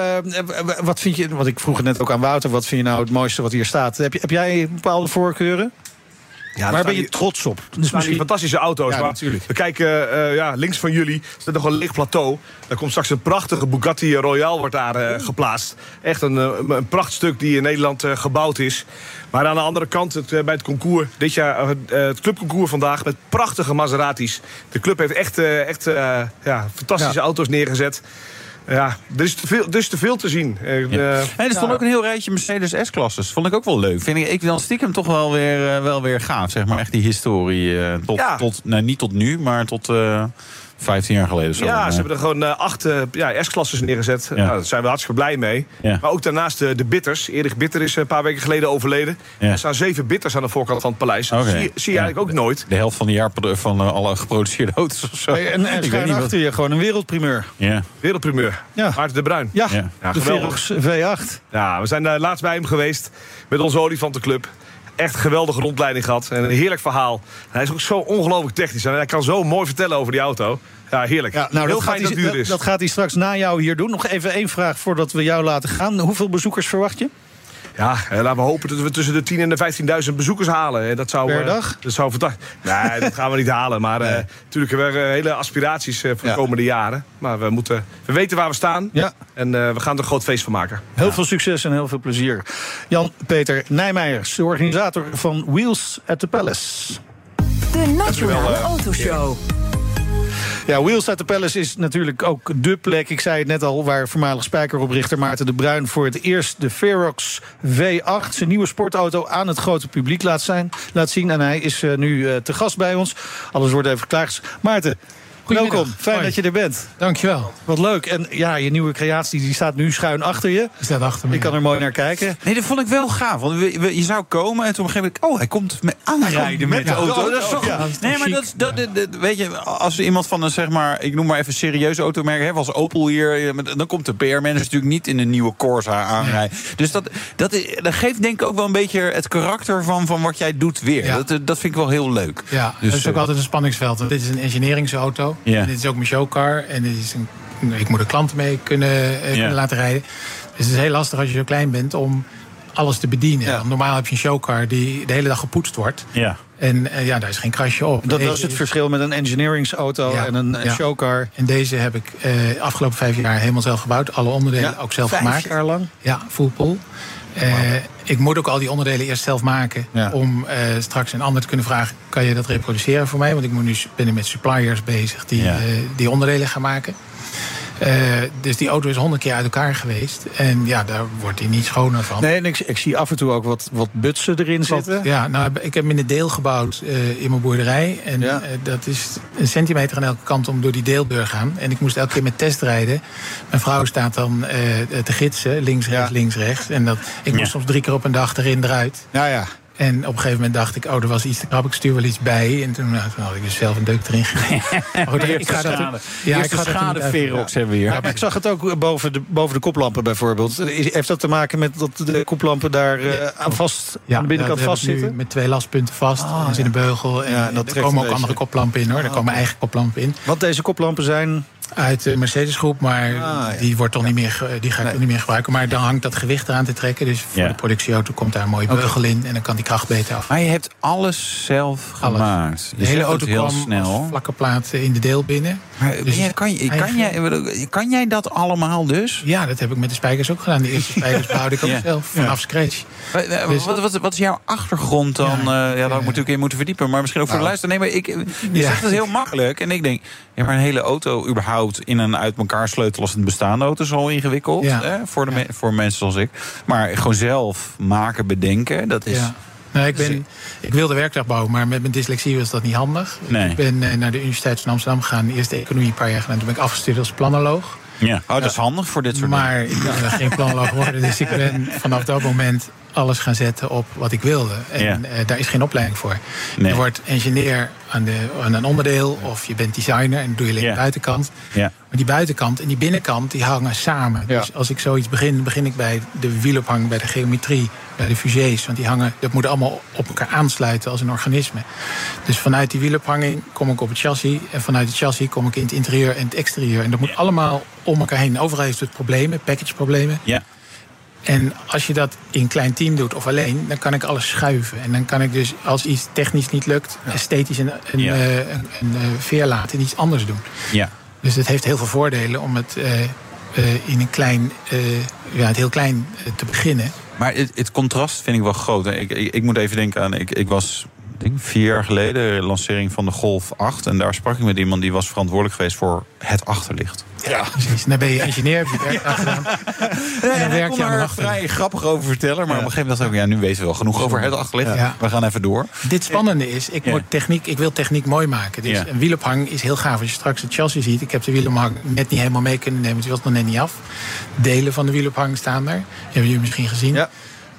uh, wat vind je, wat ik vroeg net ook aan Wouter, wat vind je nou het mooiste wat hier staat? Heb, je, heb jij bepaalde voorkeuren? Ja, waar ben je trots op? Dus misschien die fantastische auto's. Ja, maar natuurlijk. We kijken uh, ja, links van jullie. Er staat nog een leeg plateau. Daar komt straks een prachtige Bugatti Royale wordt daar uh, geplaatst. Echt een, uh, een prachtstuk die in Nederland uh, gebouwd is. Maar aan de andere kant, het, uh, bij het concours, dit jaar, uh, het clubconcours vandaag met prachtige Maseratis. De club heeft echt, uh, echt uh, ja, fantastische ja. auto's neergezet. Ja, er is te veel, er is te veel te zien. Ja. Uh, en er stond ja. ook een heel rijtje Mercedes S-klasses. Vond ik ook wel leuk. Vind ik, ik dan stiekem toch wel weer, uh, wel weer gaaf, zeg maar. Echt die historie. Uh, tot, ja. tot, nou, niet tot nu, maar tot... Uh, vijftien jaar geleden. Zo ja, dan, ze hebben er gewoon uh, acht uh, ja, S-klasses neergezet. Ja. Nou, daar zijn we hartstikke blij mee. Ja. Maar ook daarnaast de, de bitters. Erich Bitter is een paar weken geleden overleden. Ja. Er staan zeven bitters aan de voorkant van het paleis. Okay. Dat zie, zie je ja. eigenlijk ook nooit. De helft van de jaar van uh, alle geproduceerde auto's of zo. Hey, en en schuin achter je gewoon een wereldprimeur. Ja. Wereldprimeur. Ja. Maarten de Bruin. Ja, ja. ja de Verox V acht. Ja, we zijn uh, laatst bij hem geweest met onze olifantenclub. echt een geweldige rondleiding gehad. En een heerlijk verhaal. Hij is ook zo ongelooflijk technisch. En hij kan zo mooi vertellen over die auto. Ja, heerlijk. Ja, nou, dat, gaat hij, dat, dat, dat gaat hij straks na jou hier doen. Nog even één vraag voordat we jou laten gaan. Hoeveel bezoekers verwacht je? Ja, laten we hopen dat we tussen de tien en de vijftienduizend bezoekers halen. Dat zou, per dag? Dat zou fantastisch. Nee, dat gaan we niet halen. Maar nee. uh, natuurlijk hebben we hele aspiraties uh, voor ja. de komende jaren. Maar we, moeten, we weten waar we staan. Ja. En uh, we gaan er een groot feest van maken. Heel ja. veel succes en heel veel plezier. Jan-Peter Nijmeijers, de organisator van Wheels at the Palace. De Nationale uh, Autoshow. Ja, Wheels at the Palace is natuurlijk ook dé plek, ik zei het net al, waar voormalig spijkeroprichter Maarten de Bruin voor het eerst de Verox V acht, zijn nieuwe sportauto, aan het grote publiek laat, zijn, laat zien. En hij is uh, nu uh, te gast bij ons. Alles wordt even klaar. Maarten, welkom. Fijn Hoi. dat je er bent. Dankjewel. Wat leuk. En ja, je nieuwe creatie die staat nu schuin achter je. Die staat achter me. Ik kan er mooi naar kijken. Nee, dat vond ik wel gaaf. Want we, we, je zou komen en toen begreep ik... oh, hij komt me aanrijden met de ja. auto. Oh, dat is toch... Ja, dat is nee, maar dat, dat, dat, dat, weet je, als iemand van een, zeg maar... ik noem maar even een serieuze automerk, hè, was Opel hier... dan komt de P R-manager natuurlijk niet in de nieuwe Corsa aanrijden. Ja. Dus dat, dat, is, dat geeft denk ik ook wel een beetje het karakter van, van wat jij doet weer. Ja. Dat, dat vind ik wel heel leuk. Ja, dus, dat is ook altijd een spanningsveld. Want dit is een engineeringsauto. Ja. En dit is ook mijn showcar. En dit is een, ik moet er klanten mee kunnen, uh, kunnen ja. laten rijden. Dus het is heel lastig als je zo klein bent om alles te bedienen. Ja. Normaal heb je een showcar die de hele dag gepoetst wordt. Ja. En uh, ja, daar is geen krasje op. Dat, dat is het is... verschil met een engineeringsauto ja, en een ja. showcar. En deze heb ik uh, afgelopen vijf jaar helemaal zelf gebouwd. Alle onderdelen ja, ook zelf vijf gemaakt. Vijf jaar lang? Ja, full pool. Uh, ik moet ook al die onderdelen eerst zelf maken. Ja. Om uh, straks een ander te kunnen vragen, kan je dat reproduceren voor mij? Want ik moet nu, ben met suppliers bezig die ja. uh, die onderdelen gaan maken. Uh, dus die auto is honderd keer uit elkaar geweest. En ja, daar wordt hij niet schoner van. Nee, en ik, ik zie af en toe ook wat, wat butsen erin wat, zitten. Ja, nou, ik heb hem in een deel gebouwd uh, in mijn boerderij. En ja. uh, dat is een centimeter aan elke kant om door die deelburg gaan. En ik moest elke keer met test rijden. Mijn vrouw staat dan uh, te gidsen, links, rechts, ja. links, rechts. En dat, ik moest ja. soms drie keer op een dag erin, eruit. Ja, ja. En op een gegeven moment dacht ik, oh, er was iets te krap, ik stuur wel iets bij. En toen, nou, toen had ik dus zelf een deuk erin gegeven. ik ga dat, ja, ik ga schade Verox hebben we hier. Ja, maar ik zag het ook boven de, boven de koplampen bijvoorbeeld. Heeft dat te maken met dat de koplampen daar uh, aan vast, ja, aan de binnenkant ja, vastzitten? Met twee lastpunten vast. Oh, er zit een beugel. En, ja, en dat er komen ook deze. andere koplampen in, hoor. Er komen eigen koplampen in. Want deze koplampen zijn... uit de Mercedes-groep, maar ah, ja. die, wordt toch niet meer, die ga ik nee. toch niet meer gebruiken. Maar dan hangt dat gewicht eraan te trekken. Dus voor ja. de productieauto komt daar een mooie beugel okay. in. En dan kan die kracht beter af. Maar je hebt alles zelf alles. gemaakt. De je hele auto heel kwam snel. Als vlakke plaat in de deel binnen. Maar, dus ja, kan, je, kan, jij, kan jij dat allemaal dus? Ja, dat heb ik met de spijkers ook gedaan. De eerste spijkers bouwde ik ook ja. zelf, vanaf ja. scratch. Dus, wat, wat, wat is jouw achtergrond dan? Ja, uh, ja, daar had ik natuurlijk in moeten verdiepen. Maar misschien ook voor nou. de luisteraar. Nee, maar ik, je ja. zegt het heel makkelijk. En ik denk, ja, maar een hele auto überhaupt in een uit elkaar sleutelen als een bestaande auto is al ingewikkeld. Ja. Hè, voor, de me, voor mensen zoals ik. Maar gewoon zelf maken, bedenken, dat is... Ja. Nou, ik, ben, ik wilde werktuig bouwen, maar met mijn dyslexie was dat niet handig. Nee. Ik ben uh, naar de Universiteit van Amsterdam gegaan. Eerst de economie een paar jaar gedaan. Toen ben ik afgestudeerd als planoloog. Ja, oh, dat is handig voor dit soort maar dingen. Maar ik wilde geen planoloog worden. Dus ik ben vanaf dat moment alles gaan zetten op wat ik wilde. En ja. uh, daar is geen opleiding voor. Nee. Je wordt engineer aan, de, aan een onderdeel of je bent designer en dat doe je alleen ja. de buitenkant. Ja. Maar die buitenkant en die binnenkant die hangen samen. Ja. Dus als ik zoiets begin, begin ik bij de wielophang, bij de geometrie, bij de fusées. Want die hangen, dat moet allemaal op elkaar aansluiten als een organisme. Dus vanuit die wielophanging kom ik op het chassis. En vanuit het chassis kom ik in het interieur en het exterieur. En dat moet allemaal om elkaar heen. Overal heeft het problemen, packageproblemen. Ja. En als je dat in een klein team doet of alleen, dan kan ik alles schuiven. En dan kan ik dus, als iets technisch niet lukt, ja. esthetisch een, een, ja. uh, een, een uh, veer laten en iets anders doen. Ja. Dus het heeft heel veel voordelen om het uh, uh, in een klein, uh, ja, het heel klein uh, te beginnen. Maar het, het contrast vind ik wel groot. Ik, ik, ik moet even denken aan, ik, ik was... Ik denk vier jaar geleden, de lancering van de Golf acht. En daar sprak ik met iemand die was verantwoordelijk geweest voor het achterlicht. Ja, precies. Dan ben je engineer, heb je werk ja. gedaan. Nee, en dan werk je aan de achterlicht. Vrij grappig over vertellen, maar ja. op een gegeven moment dacht ik, ja, nu weten we wel genoeg over het achterlicht. Ja. We gaan even door. Dit spannende is, ik, moet techniek, ik wil techniek mooi maken. Dus ja. een wielophang is heel gaaf. Als je straks het chassis ziet, ik heb de wielophang net niet helemaal mee kunnen nemen. Die was nog net niet af. Delen van de wielophang staan daar. Hebben jullie misschien gezien? Ja.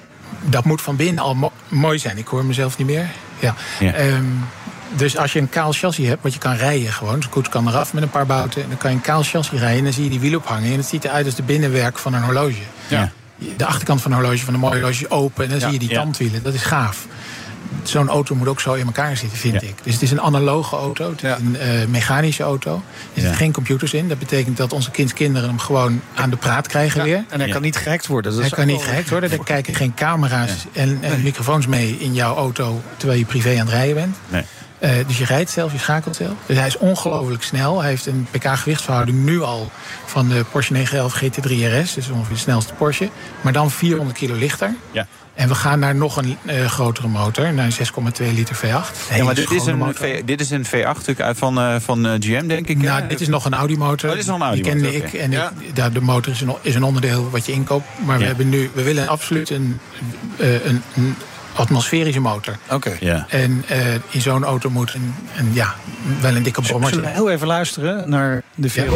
Dat moet van binnen al mo- mooi zijn. Ik hoor mezelf niet meer. Ja. ja. Um, dus als je een kaal chassis hebt, wat je kan rijden gewoon. Zo'n koets kan eraf met een paar bouten. En dan kan je een kaal chassis rijden en dan zie je die wiel ophangen. En het ziet eruit als de binnenwerk van een horloge. Ja. de achterkant van een horloge, van een mooi horloge is open. En dan Ja. zie je die Ja. tandwielen. Dat is gaaf. Zo'n auto moet ook zo in elkaar zitten, vind Ja. ik. Dus het is een analoge auto. Het is Ja. een uh, mechanische auto. Er zitten Ja. geen computers in. Dat betekent dat onze kindskinderen hem gewoon aan de praat krijgen Ja, weer. en hij Ja. kan niet gehackt worden. Dat Hij is kan ook niet wel- gehackt worden. Er kijken geen camera's en, en microfoons mee in jouw auto terwijl je privé aan het rijden bent. Nee. Uh, dus je rijdt zelf, je schakelt zelf. Dus hij is ongelooflijk snel. Hij heeft een pk-gewichtsverhouding nu al van de Porsche negen elf G T drie R S. Dus ongeveer de snelste Porsche. Maar dan vierhonderd kilo lichter. Ja. En we gaan naar nog een uh, grotere motor, naar een zes komma twee liter V acht. Ja, maar dit is, Schone een motor. v, dit is een V acht natuurlijk uit van, uh, van uh, G M, denk ik. Nou, hè? dit is nog een Audi-motor. Oh, dit is nog een Audi Die kende motor, ik. oké. En Ja. ik, daar, de motor is een, is een onderdeel wat je inkoopt. Maar we, Ja. hebben nu, we willen absoluut een, uh, een, een atmosferische motor. Oké. Ja. En uh, in zo'n auto moet een, een, ja, wel een dikke brommer Zullen we zitten. heel even luisteren naar de V acht?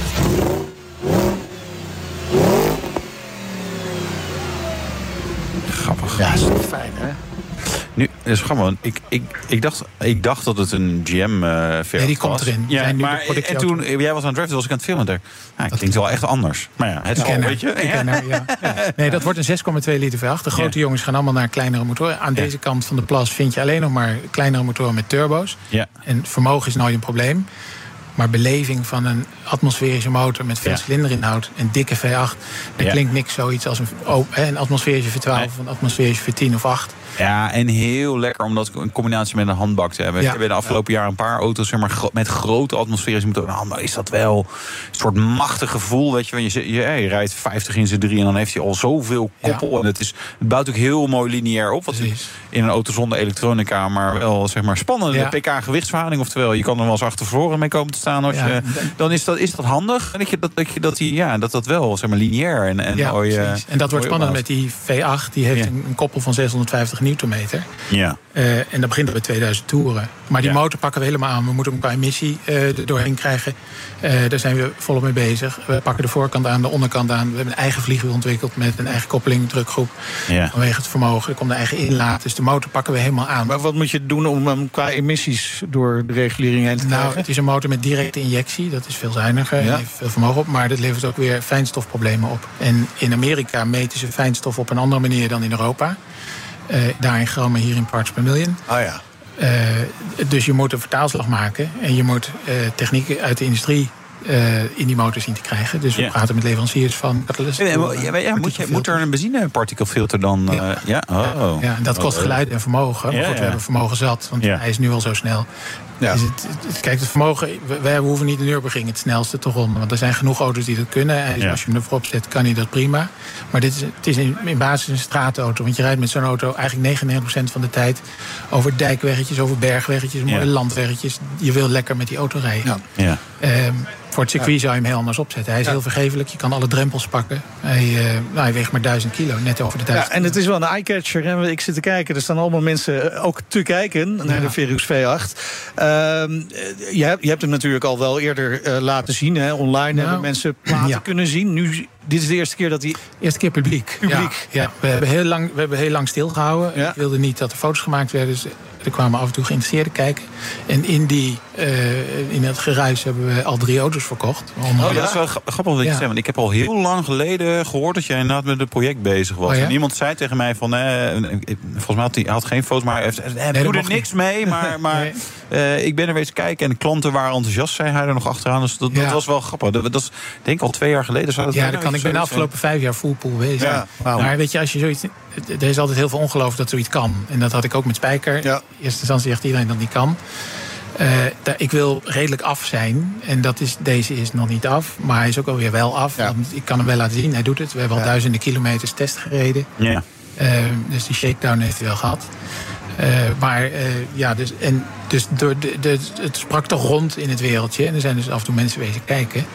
Grappig. Ja, dat is toch fijn, hè? Nu, dat is grappig, want ik, ik, ik, dacht, ik dacht dat het een G M uh, V acht Nee, die komt was. erin. Die Ja, zijn nu maar, de productieauto. en toen jij was aan het draften, was ik aan het filmen. En dacht, nou, het klinkt wel echt anders. Maar ja, het is Ik ken al, haar. weet je. Ik Ja. ken haar, ja. Nee, dat wordt een zes komma twee liter V acht. De grote Ja. jongens gaan allemaal naar kleinere motoren. Aan Ja. deze kant van de plas vind je alleen nog maar kleinere motoren met turbo's. Ja. En vermogen is nooit een probleem. Maar beleving van een atmosferische motor met veel Ja. cilinderinhoud, een dikke V acht, er Ja. klinkt niks zoiets als een, oh, hè, een atmosferische V twaalf Nee. of een atmosferische V tien of acht. Ja, en heel lekker om dat in combinatie met een handbak te hebben. Ja. Ik heb in de afgelopen jaar een paar auto's zeg maar, gro- met grote atmosferische motoren. Nou, maar is dat wel een soort machtig gevoel, weet je. Want je, je, je rijdt vijftig in z'n drie en dan heeft hij al zoveel koppel. Ja. En het, is, het bouwt ook heel mooi lineair op. Wat Precies. in een auto zonder elektronica, maar wel zeg maar spannende Ja. pk-gewichtsverhouding. Oftewel, je kan er wel eens achter voren mee komen te staan. Als Ja. je, dan is dat, is dat handig. En dat, je, dat, dat, je, dat, die, ja, dat dat wel zeg maar, lineair en, en Ja, mooi, eh, precies. En dat wordt mooi spannend opbouwt. met die V acht. Die heeft Ja. een, een koppel van zeshonderdvijftig newtonmeter. Ja. Uh, en dat begint bij tweeduizend toeren. Maar die Ja. motor pakken we helemaal aan. We moeten hem qua emissie uh, er doorheen krijgen. Uh, daar zijn we volop mee bezig. We pakken de voorkant aan, de onderkant aan. We hebben een eigen vliegwiel ontwikkeld met een eigen koppeling, drukgroep. Ja. Vanwege het vermogen. Er komt een eigen inlaat. Dus de motor pakken we helemaal aan. Maar wat moet je doen om hem qua emissies door de regulering heen te krijgen? Nou, het is een motor met directe injectie. Dat is veel zuiniger en Ja. heeft veel vermogen op. Maar dat levert ook weer fijnstofproblemen op. En in Amerika meten ze fijnstof op een andere manier dan in Europa. Uh, daar in grammen, hier in parts per million. Oh ja. Uh, dus je moet een vertaalslag maken. En je moet uh, technieken uit de industrie uh, in die motor zien te krijgen. Dus we Ja. praten met leveranciers van catalysten. Ja, maar, ja, maar ja, moet, je, moet er een benzinepartikelfilter dan? Uh, Ja. ja? Oh. Ja, en dat kost geluid en vermogen. Maar Ja, goed, ja. we hebben vermogen zat, want Ja. hij is nu al zo snel. Ja. Dus het, het- kijk, het vermogen, we, we hoeven niet de Nürburgring het snelste te ronden. Want er zijn genoeg auto's die dat kunnen. En Ja. als je hem ervoor opzet, kan hij dat prima. Maar dit is, het is in, in basis een straatauto. Want je rijdt met zo'n auto eigenlijk negenennegentig procent van de tijd over dijkweggetjes, over bergweggetjes, mooie Ja. landweggetjes. Je wil lekker met die auto rijden. Ja. Ja. Ehm, voor het circuit zou je hem heel anders opzetten. Hij is Ja. heel vergevelijk, je kan alle drempels pakken. Hij, eh, nou, hij weegt maar duizend kilo, net over de Ja, duizend. en het is wel een eyecatcher. Hè? Ik zit te kijken, er staan allemaal mensen ook te kijken naar Ja. de Verux V acht. Ehm, je, hebt, je hebt hem natuurlijk al wel eerder eh, laten zien. Hè? Online Nou, hebben mensen platen ja. kunnen zien. Nu, dit is de eerste keer dat hij... Eerste keer publiek. Publiek. Ja, ja. We, hebben heel lang, we hebben heel lang stilgehouden. Ja. Ik wilde niet dat er foto's gemaakt werden. Dus er kwamen af en toe geïnteresseerden kijken. En in, die, uh, in het geruis hebben we al drie auto's verkocht. Onder... Oh, dat is wel gra- grappig wat je Ja. zegt. Want ik heb al heel lang geleden gehoord dat jij inderdaad met het project bezig was. Oh, ja? En iemand zei tegen mij van... Eh, volgens mij had hij had geen foto's, maar hij heeft, eh, dat doe er mocht niks niet. mee. Maar, maar Nee. eh, ik ben er weer eens kijken. En de klanten waren enthousiast, zei hij er nog achteraan. Dus dat, Ja. dat was wel grappig. Dat, dat is denk ik al twee jaar geleden. Zou dat Ja, zijn? dat kan. Ik ben de Zoiets, afgelopen vijf jaar fullpool bezig. Ja, wauw. Maar weet je, als je zoiets... Er is altijd heel veel ongeloof dat zoiets kan. En dat had ik ook met Spijker. Ja. In eerste instantie zegt iedereen dat niet kan. Uh, daar, ik wil redelijk af zijn. En dat is, deze is nog niet af. Maar hij is ook alweer wel af. Ja. Want ik kan hem wel laten zien. Hij doet het. We hebben al Ja. duizenden kilometers test gereden. Ja. Uh, dus die shakedown heeft hij wel gehad. Uh, maar uh, ja, dus, en, dus door de, de, het sprak toch rond in het wereldje. En er zijn dus af en toe mensen wezen kijken.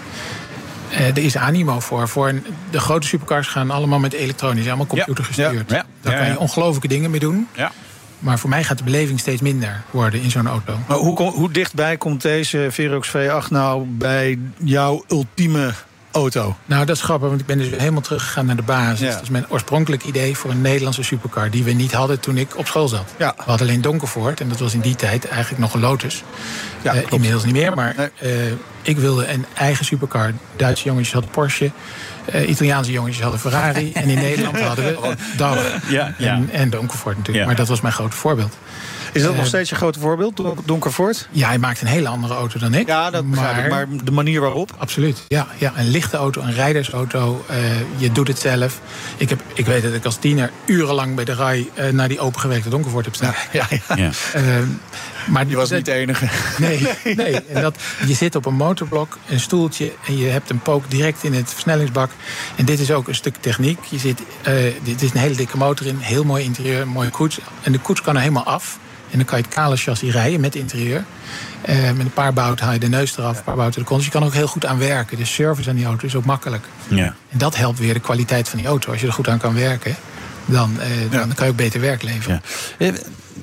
Uh, er is animo voor. voor een, de grote supercars gaan allemaal met elektronisch, allemaal computergestuurd. Ja. Ja. Daar Ja, kan ja. je ongelofelijke dingen mee doen. Ja. Maar voor mij gaat de beleving steeds minder worden in zo'n auto. Maar hoe, kom- hoe dichtbij komt deze Verux V acht nou bij jouw ultieme auto? Nou, dat is grappig, want ik ben dus helemaal teruggegaan naar de basis. Ja. Dat is mijn oorspronkelijk idee voor een Nederlandse supercar... die we niet hadden toen ik op school zat. Ja. We hadden alleen Donkervoort en dat was in die tijd eigenlijk nog een Lotus. Ja, uh, klopt. inmiddels niet meer, maar Nee. uh, ik wilde een eigen supercar. Duitse jongetjes hadden Porsche. Uh, Italiaanse jongetjes hadden Ferrari. En in Nederland hadden we Dag ja, ja. en, en Donkervoort natuurlijk. Ja. Maar dat was mijn grote voorbeeld. Is dat uh, nog steeds je grote voorbeeld, Donkervoort? Ja, hij maakt een hele andere auto dan ik. Ja, dat maar, ik, maar de manier waarop? Absoluut, ja. ja een lichte auto, een rijdersauto. Uh, je doet het zelf. Ik, heb, ik weet dat ik als tiener urenlang bij de rij uh, naar die opengewerkte Donkervoort heb staan. Ja, ja, ja. ja. Uh, maar je was niet de enige. Nee, nee. En dat, je zit op een motorblok, een stoeltje en je hebt een pook direct in het versnellingsbak. En dit is ook een stuk techniek. Je zit, uh, dit is een hele dikke motor in, heel mooi interieur, een mooie koets. En de koets kan er helemaal af. En dan kan je het kale chassis rijden met interieur. Uh, met een paar bouten haal je de neus eraf, een paar bouten de kont. Dus je kan ook heel goed aan werken. De service aan die auto is ook makkelijk. Ja. En dat helpt weer de kwaliteit van die auto. Als je er goed aan kan werken, dan, uh, dan ja. kan je ook beter werk leveren. Ja.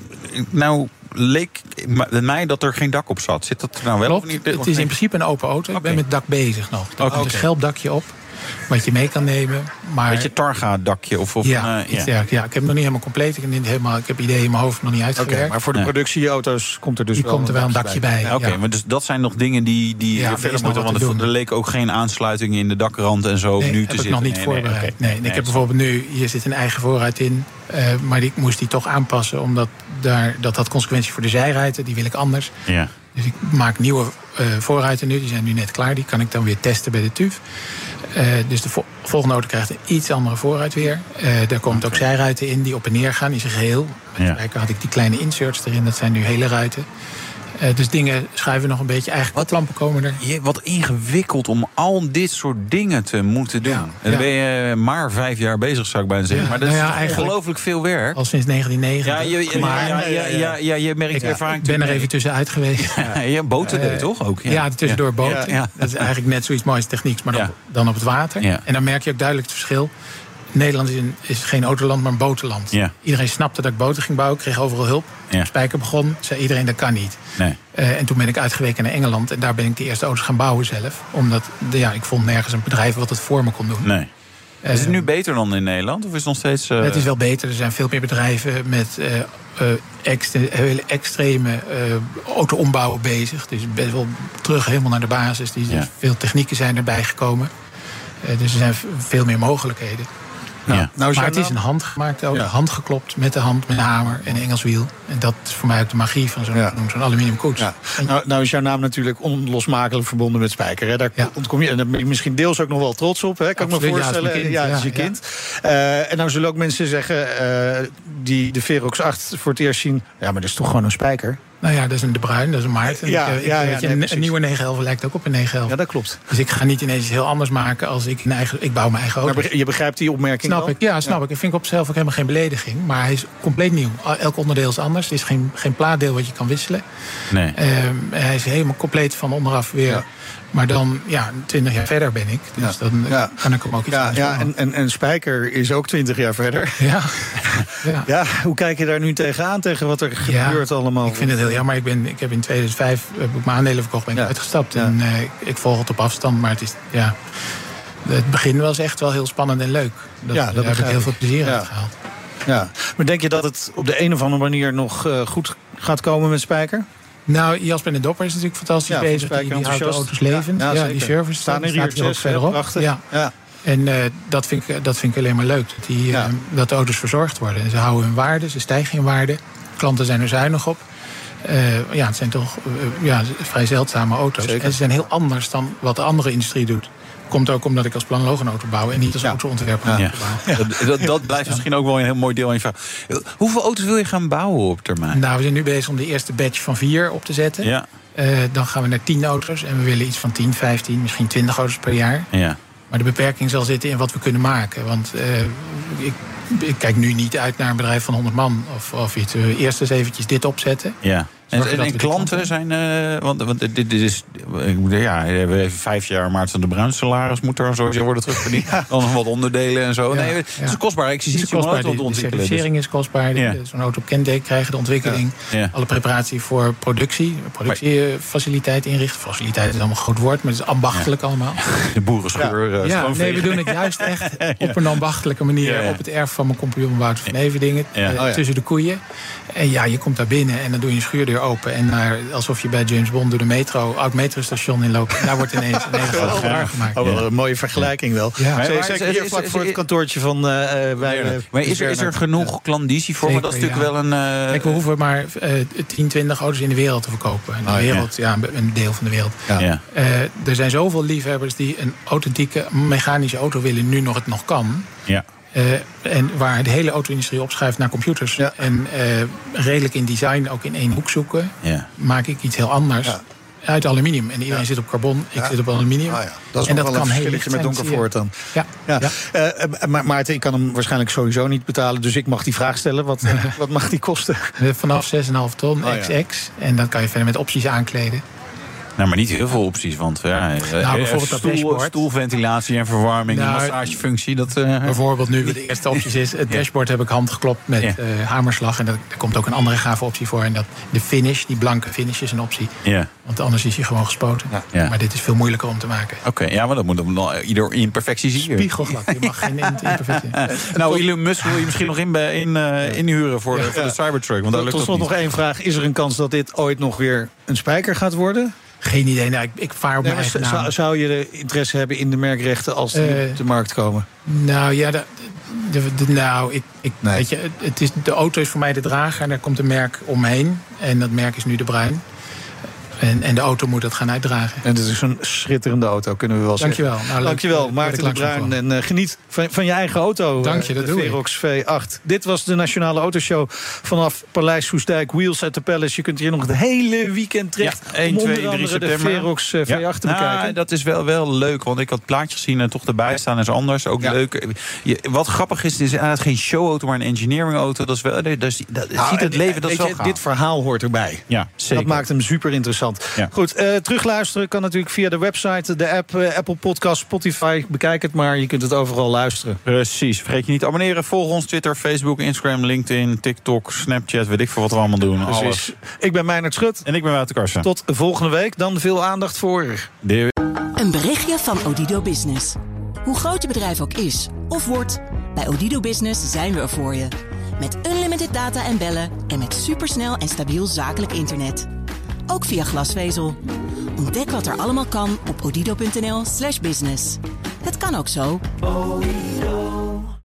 Nou leek mij dat er geen dak op zat. Zit dat er nou wel? Klopt, of niet? Het is in principe een open auto. Okay. Ik ben met het dak bezig nog. Er okay. is een schelpdakje op. Wat je mee kan nemen. Maar beetje Targa-dakje? Of, of ja, uh, ja. ja, ik heb het nog niet helemaal compleet. Ik heb, niet helemaal, ik heb ideeën in mijn hoofd nog niet uitgewerkt. Okay, maar voor de nee. productieauto's komt er dus Die wel komt er wel een dakje bij. bij. Ja, Oké, okay, ja. maar dus dat zijn nog dingen die, die ja, verder moeten. Want er, er leek ook geen aansluitingen in de dakrand en zo. Nee, nu heb te ik zitten. nog niet nee, voorbereid. Nee, okay. nee, nee, ik heb bijvoorbeeld nu, hier zit een eigen voorruit in. Uh, maar die moest die toch aanpassen. Omdat daar, dat had consequenties voor de zijruiten. Die wil ik anders. Ja. Dus ik maak nieuwe uh, voorruiten nu. Die zijn nu net klaar. Die kan ik dan weer testen bij de T U V. Uh, dus de vo- volgende auto krijgt een iets andere voorruit weer. Uh, daar komt okay. ook zijruiten in die op en neer gaan in zijn geheel. Met ja. Spijker had ik die kleine inserts erin. Dat zijn nu hele ruiten. Uh, dus dingen schuiven nog een beetje. Eigenlijk wat lampen komen er. Je, wat ingewikkeld om al dit soort dingen te moeten doen. Ja, en dan ja. ben je maar vijf jaar bezig, zou ik bijna zeggen. Ja, maar dat nou ja, is ongelooflijk veel werk. Al sinds negentien negentig. Ja, je, je, maar, ja, ja, ja, ja, je merkt ik, ervaring. Ik ben er even tussenuit geweest. Ja, ja, boten deed uh, toch ook? Ja, ja tussendoor boten. Ja, ja. Dat is eigenlijk net zoiets moois technieks, maar dan, ja. dan op het water. Ja. En dan merk je ook duidelijk het verschil. Nederland is, een, is geen autoland, maar een botenland. Ja. Iedereen snapte dat ik boten ging bouwen, kreeg overal hulp. Ja. Spijker begon, zei iedereen dat kan niet. Nee. Uh, en toen ben ik uitgeweken naar Engeland en daar ben ik de eerste auto's gaan bouwen zelf. Omdat de, ja, ik vond nergens een bedrijf wat het voor me kon doen. Nee. Uh, is het nu beter dan in Nederland? Of is het nog steeds... Uh... Het is wel beter. Er zijn veel meer bedrijven met uh, uh, extre- hele extreme uh, auto-ombouwen bezig. Dus best wel terug helemaal naar de basis. Die, ja. Veel technieken zijn erbij gekomen. Uh, dus er zijn veel meer mogelijkheden. Nou, ja. nou, maar het is een handgemaakt auto, ja. handgeklopt met de hand, met een hamer en een Engels wiel. En dat is voor mij ook de magie van zo'n, ja. zo'n aluminium koets. Ja. Nou, nou is jouw naam natuurlijk onlosmakelijk verbonden met Spijker. Hè? Daar ja. ontkom je, en daar ben je misschien deels ook nog wel trots op, hè? Kan Absoluut, ik me voorstellen. Ja, het is je kind. Ja, ja. Uh, en nou zullen ook mensen zeggen uh, die de Verox acht voor het eerst zien. Ja, maar dat is toch gewoon een Spijker? Nou ja, dat is een De Bruin, dat is een Maarten. Ja, ik, ja, ik, ja, ja, nee, een, een nieuwe negen elf lijkt ook op een negen elf. Ja, dat klopt. Dus ik ga niet ineens iets heel anders maken als ik een eigen... Ik bouw mijn eigen auto. Maar je begrijpt die opmerking Snap wel? ik, ja, snap ja. ik. Ik vind op zichzelf ook helemaal geen belediging. Maar hij is compleet nieuw. Elk onderdeel is anders. Er is geen, geen plaatdeel wat je kan wisselen. Nee. Uh, hij is helemaal compleet van onderaf weer... Ja. Maar dan, ja, twintig jaar verder ben ik. Dus ja. dan ja. kan ik hem ook iets ja, anders ja, en, en, en Spijker is ook twintig jaar verder. Ja. ja. ja. Hoe kijk je daar nu tegenaan, tegen wat er gebeurt ja, allemaal? Ik vind het heel jammer. Ik, ben, ik heb in tweeduizend vijf heb ik mijn aandelen verkocht, ben ik ja. uitgestapt. Ja. En uh, ik volg het op afstand, maar het is... ja, het begin was echt wel heel spannend en leuk. Dat, ja, dat daar heb ik heel veel plezier ja. uit gehaald. Ja. Maar denk je dat het op de een of andere manier nog uh, goed gaat komen met Spijker? Nou, Jasper en Dopper is natuurlijk fantastisch ja, bezig. Die, die houdt de auto's levend. Ja, ja, ja die service staan er hier ook verderop. Ja. Ja. En uh, dat, vind ik, dat vind ik alleen maar leuk. Dat, die, ja. uh, dat de auto's verzorgd worden. En ze houden hun waarde, ze stijgen in waarde. Klanten zijn er zuinig op. Uh, ja, het zijn toch uh, ja, vrij zeldzame auto's. Zeker. En ze zijn heel anders dan wat de andere industrie doet. Komt ook omdat ik als planoloog een auto bouw en niet als ja. autoontwerper een ja. auto bouw. Ja. Dat, dat blijft ja. misschien ook wel een heel mooi deel van je vraag. Hoeveel auto's wil je gaan bouwen op termijn? Nou, we zijn nu bezig om de eerste batch van vier op te zetten. Ja. Uh, dan gaan we naar tien auto's en we willen iets van tien, vijftien, misschien twintig auto's per jaar. Ja. Maar de beperking zal zitten in wat we kunnen maken. Want uh, ik, ik kijk nu niet uit naar een bedrijf van honderd man of, of iets. Uh, eerst eens eventjes dit opzetten. Ja. En, en, en klanten zijn... Uh, want, want dit, dit is... Ja, we hebben even vijf jaar Maarten de Bruin salaris moet er sowieso worden terugverdiend. Ja. Dan nog wat onderdelen en zo. Ja, nee, het is een kostbare acquisitie om een auto te ontwikkelen. De certificering is kostbaar. Ja. Zo'n auto op kenteken krijgen, de ontwikkeling. Ja. Ja. Alle preparatie voor productie. Productiefaciliteit inrichten. Faciliteit is allemaal een groot woord, maar het is ambachtelijk ja. allemaal. De boerenscheur. Ja, ja nee, we doen het juist echt ja. op een ambachtelijke manier. Ja, ja. Op het erf van mijn compagnon Wouter van Everdingen. Ja. Uh, oh, ja. Tussen de koeien. En ja, je komt daar binnen en dan doe je een schuurdeur deur open. En naar, alsof je bij James Bond door de metro, oud metrostation inloopt. En daar wordt ineens een hele grote vraag gemaakt. Oh, wel een mooie vergelijking wel. Ja. Maar, maar, Zeker hier vlak voor het kantoortje van uh, wij. Uh, maar is er, is er genoeg klandizie voor? Zeker, dat is natuurlijk ja. wel een... Uh, Kijk, we hoeven maar uh, tien, twintig auto's in de wereld te verkopen. In de oh, wereld, ja. ja, een deel van de wereld. Ja. Ja. Uh, er zijn zoveel liefhebbers die een authentieke mechanische auto willen, nu nog het nog kan. Ja. Uh, en waar de hele auto-industrie opschuift naar computers. Ja. En uh, redelijk in design ook in één hoek zoeken. Ja. Maak ik iets heel anders. Ja. Uit aluminium. En iedereen ja. zit op carbon, ik ja. zit op aluminium. Ah, ja. Dat is en dat wel kan een verschilletje met donkervoort dan. Ja. Ja. Ja. Uh, maar Maarten, ik kan hem waarschijnlijk sowieso niet betalen. Dus ik mag die vraag stellen. Wat, wat mag die kosten? Vanaf zes komma vijf ton, oh, X X. Ja. En dan kan je verder met opties aankleden. Nou, maar niet heel veel opties, want ja, nou, bijvoorbeeld stoel, dashboard. Stoelventilatie en verwarming, nou, en massagefunctie. Dat, uh, bijvoorbeeld nu, de eerste opties is, het dashboard heb ik handgeklopt met ja. uh, hamerslag. En dat, er komt ook een andere gave optie voor. En dat, de finish, die blanke finish is een optie. Ja. Want anders is hij gewoon gespoten. Ja. Ja. Maar dit is veel moeilijker om te maken. Oké, okay, ja, maar dat moet dan ieder imperfectie zien. Spiegelglad, je mag geen imperfectie. Nou, Elon Musk wil je misschien nog in, in, uh, inhuren voor, ja. de, voor de Cybertruck. Want tot slot nog één vraag. Is er een kans dat dit ooit nog weer een spijker gaat worden? Geen idee. Nou, ik, ik vaar op nee, mijn eigen naam. Zou, zou je de interesse hebben in de merkrechten als die uh, op de markt komen? Nou ja, de, de, de, nou, ik, ik, nee. weet je, het is, de auto is voor mij de drager en daar komt een merk omheen. En dat merk is nu de Bruin. En, en de auto moet dat gaan uitdragen. En het is een schitterende auto, kunnen we wel zeggen. Dankjewel. Nou, Dankjewel, Maarten de Bruin. En uh, geniet van, van je eigen auto. Dank je, dat de doe Verox V acht. Dit was de Nationale Autoshow vanaf Paleis Soestdijk. Wheels at the Palace. Je kunt hier nog het hele weekend terecht. Ja, één, twee, drie september. De Verox V acht ja. te bekijken. Nou, dat is wel, wel leuk, want ik had plaatjes gezien en toch erbij staan is anders. Ook ja. leuk. Je, wat grappig is, het is inderdaad geen showauto, maar een engineering auto. Dat is wel, dat, is, dat nou, ziet het leven, dat is wel je, dit verhaal hoort erbij. Ja, zeker. Dat maakt hem super interessant. Ja. Goed, uh, terugluisteren kan natuurlijk via de website, de app, uh, Apple Podcast, Spotify. Bekijk het maar, je kunt het overal luisteren. Precies. Vergeet je niet te abonneren. Volg ons Twitter, Facebook, Instagram, LinkedIn, TikTok, Snapchat. Weet ik veel wat we allemaal doen. Precies. Alles. Ik ben Meijnerd Schut. En ik ben Wouter Karsen. Tot volgende week. Dan veel aandacht voor... De... Een berichtje van Odido Business. Hoe groot je bedrijf ook is of wordt, bij Odido Business zijn we er voor je. Met unlimited data en bellen en met supersnel en stabiel zakelijk internet. Ook via glasvezel. Ontdek wat er allemaal kan op odido punt n l slash business. Het kan ook zo.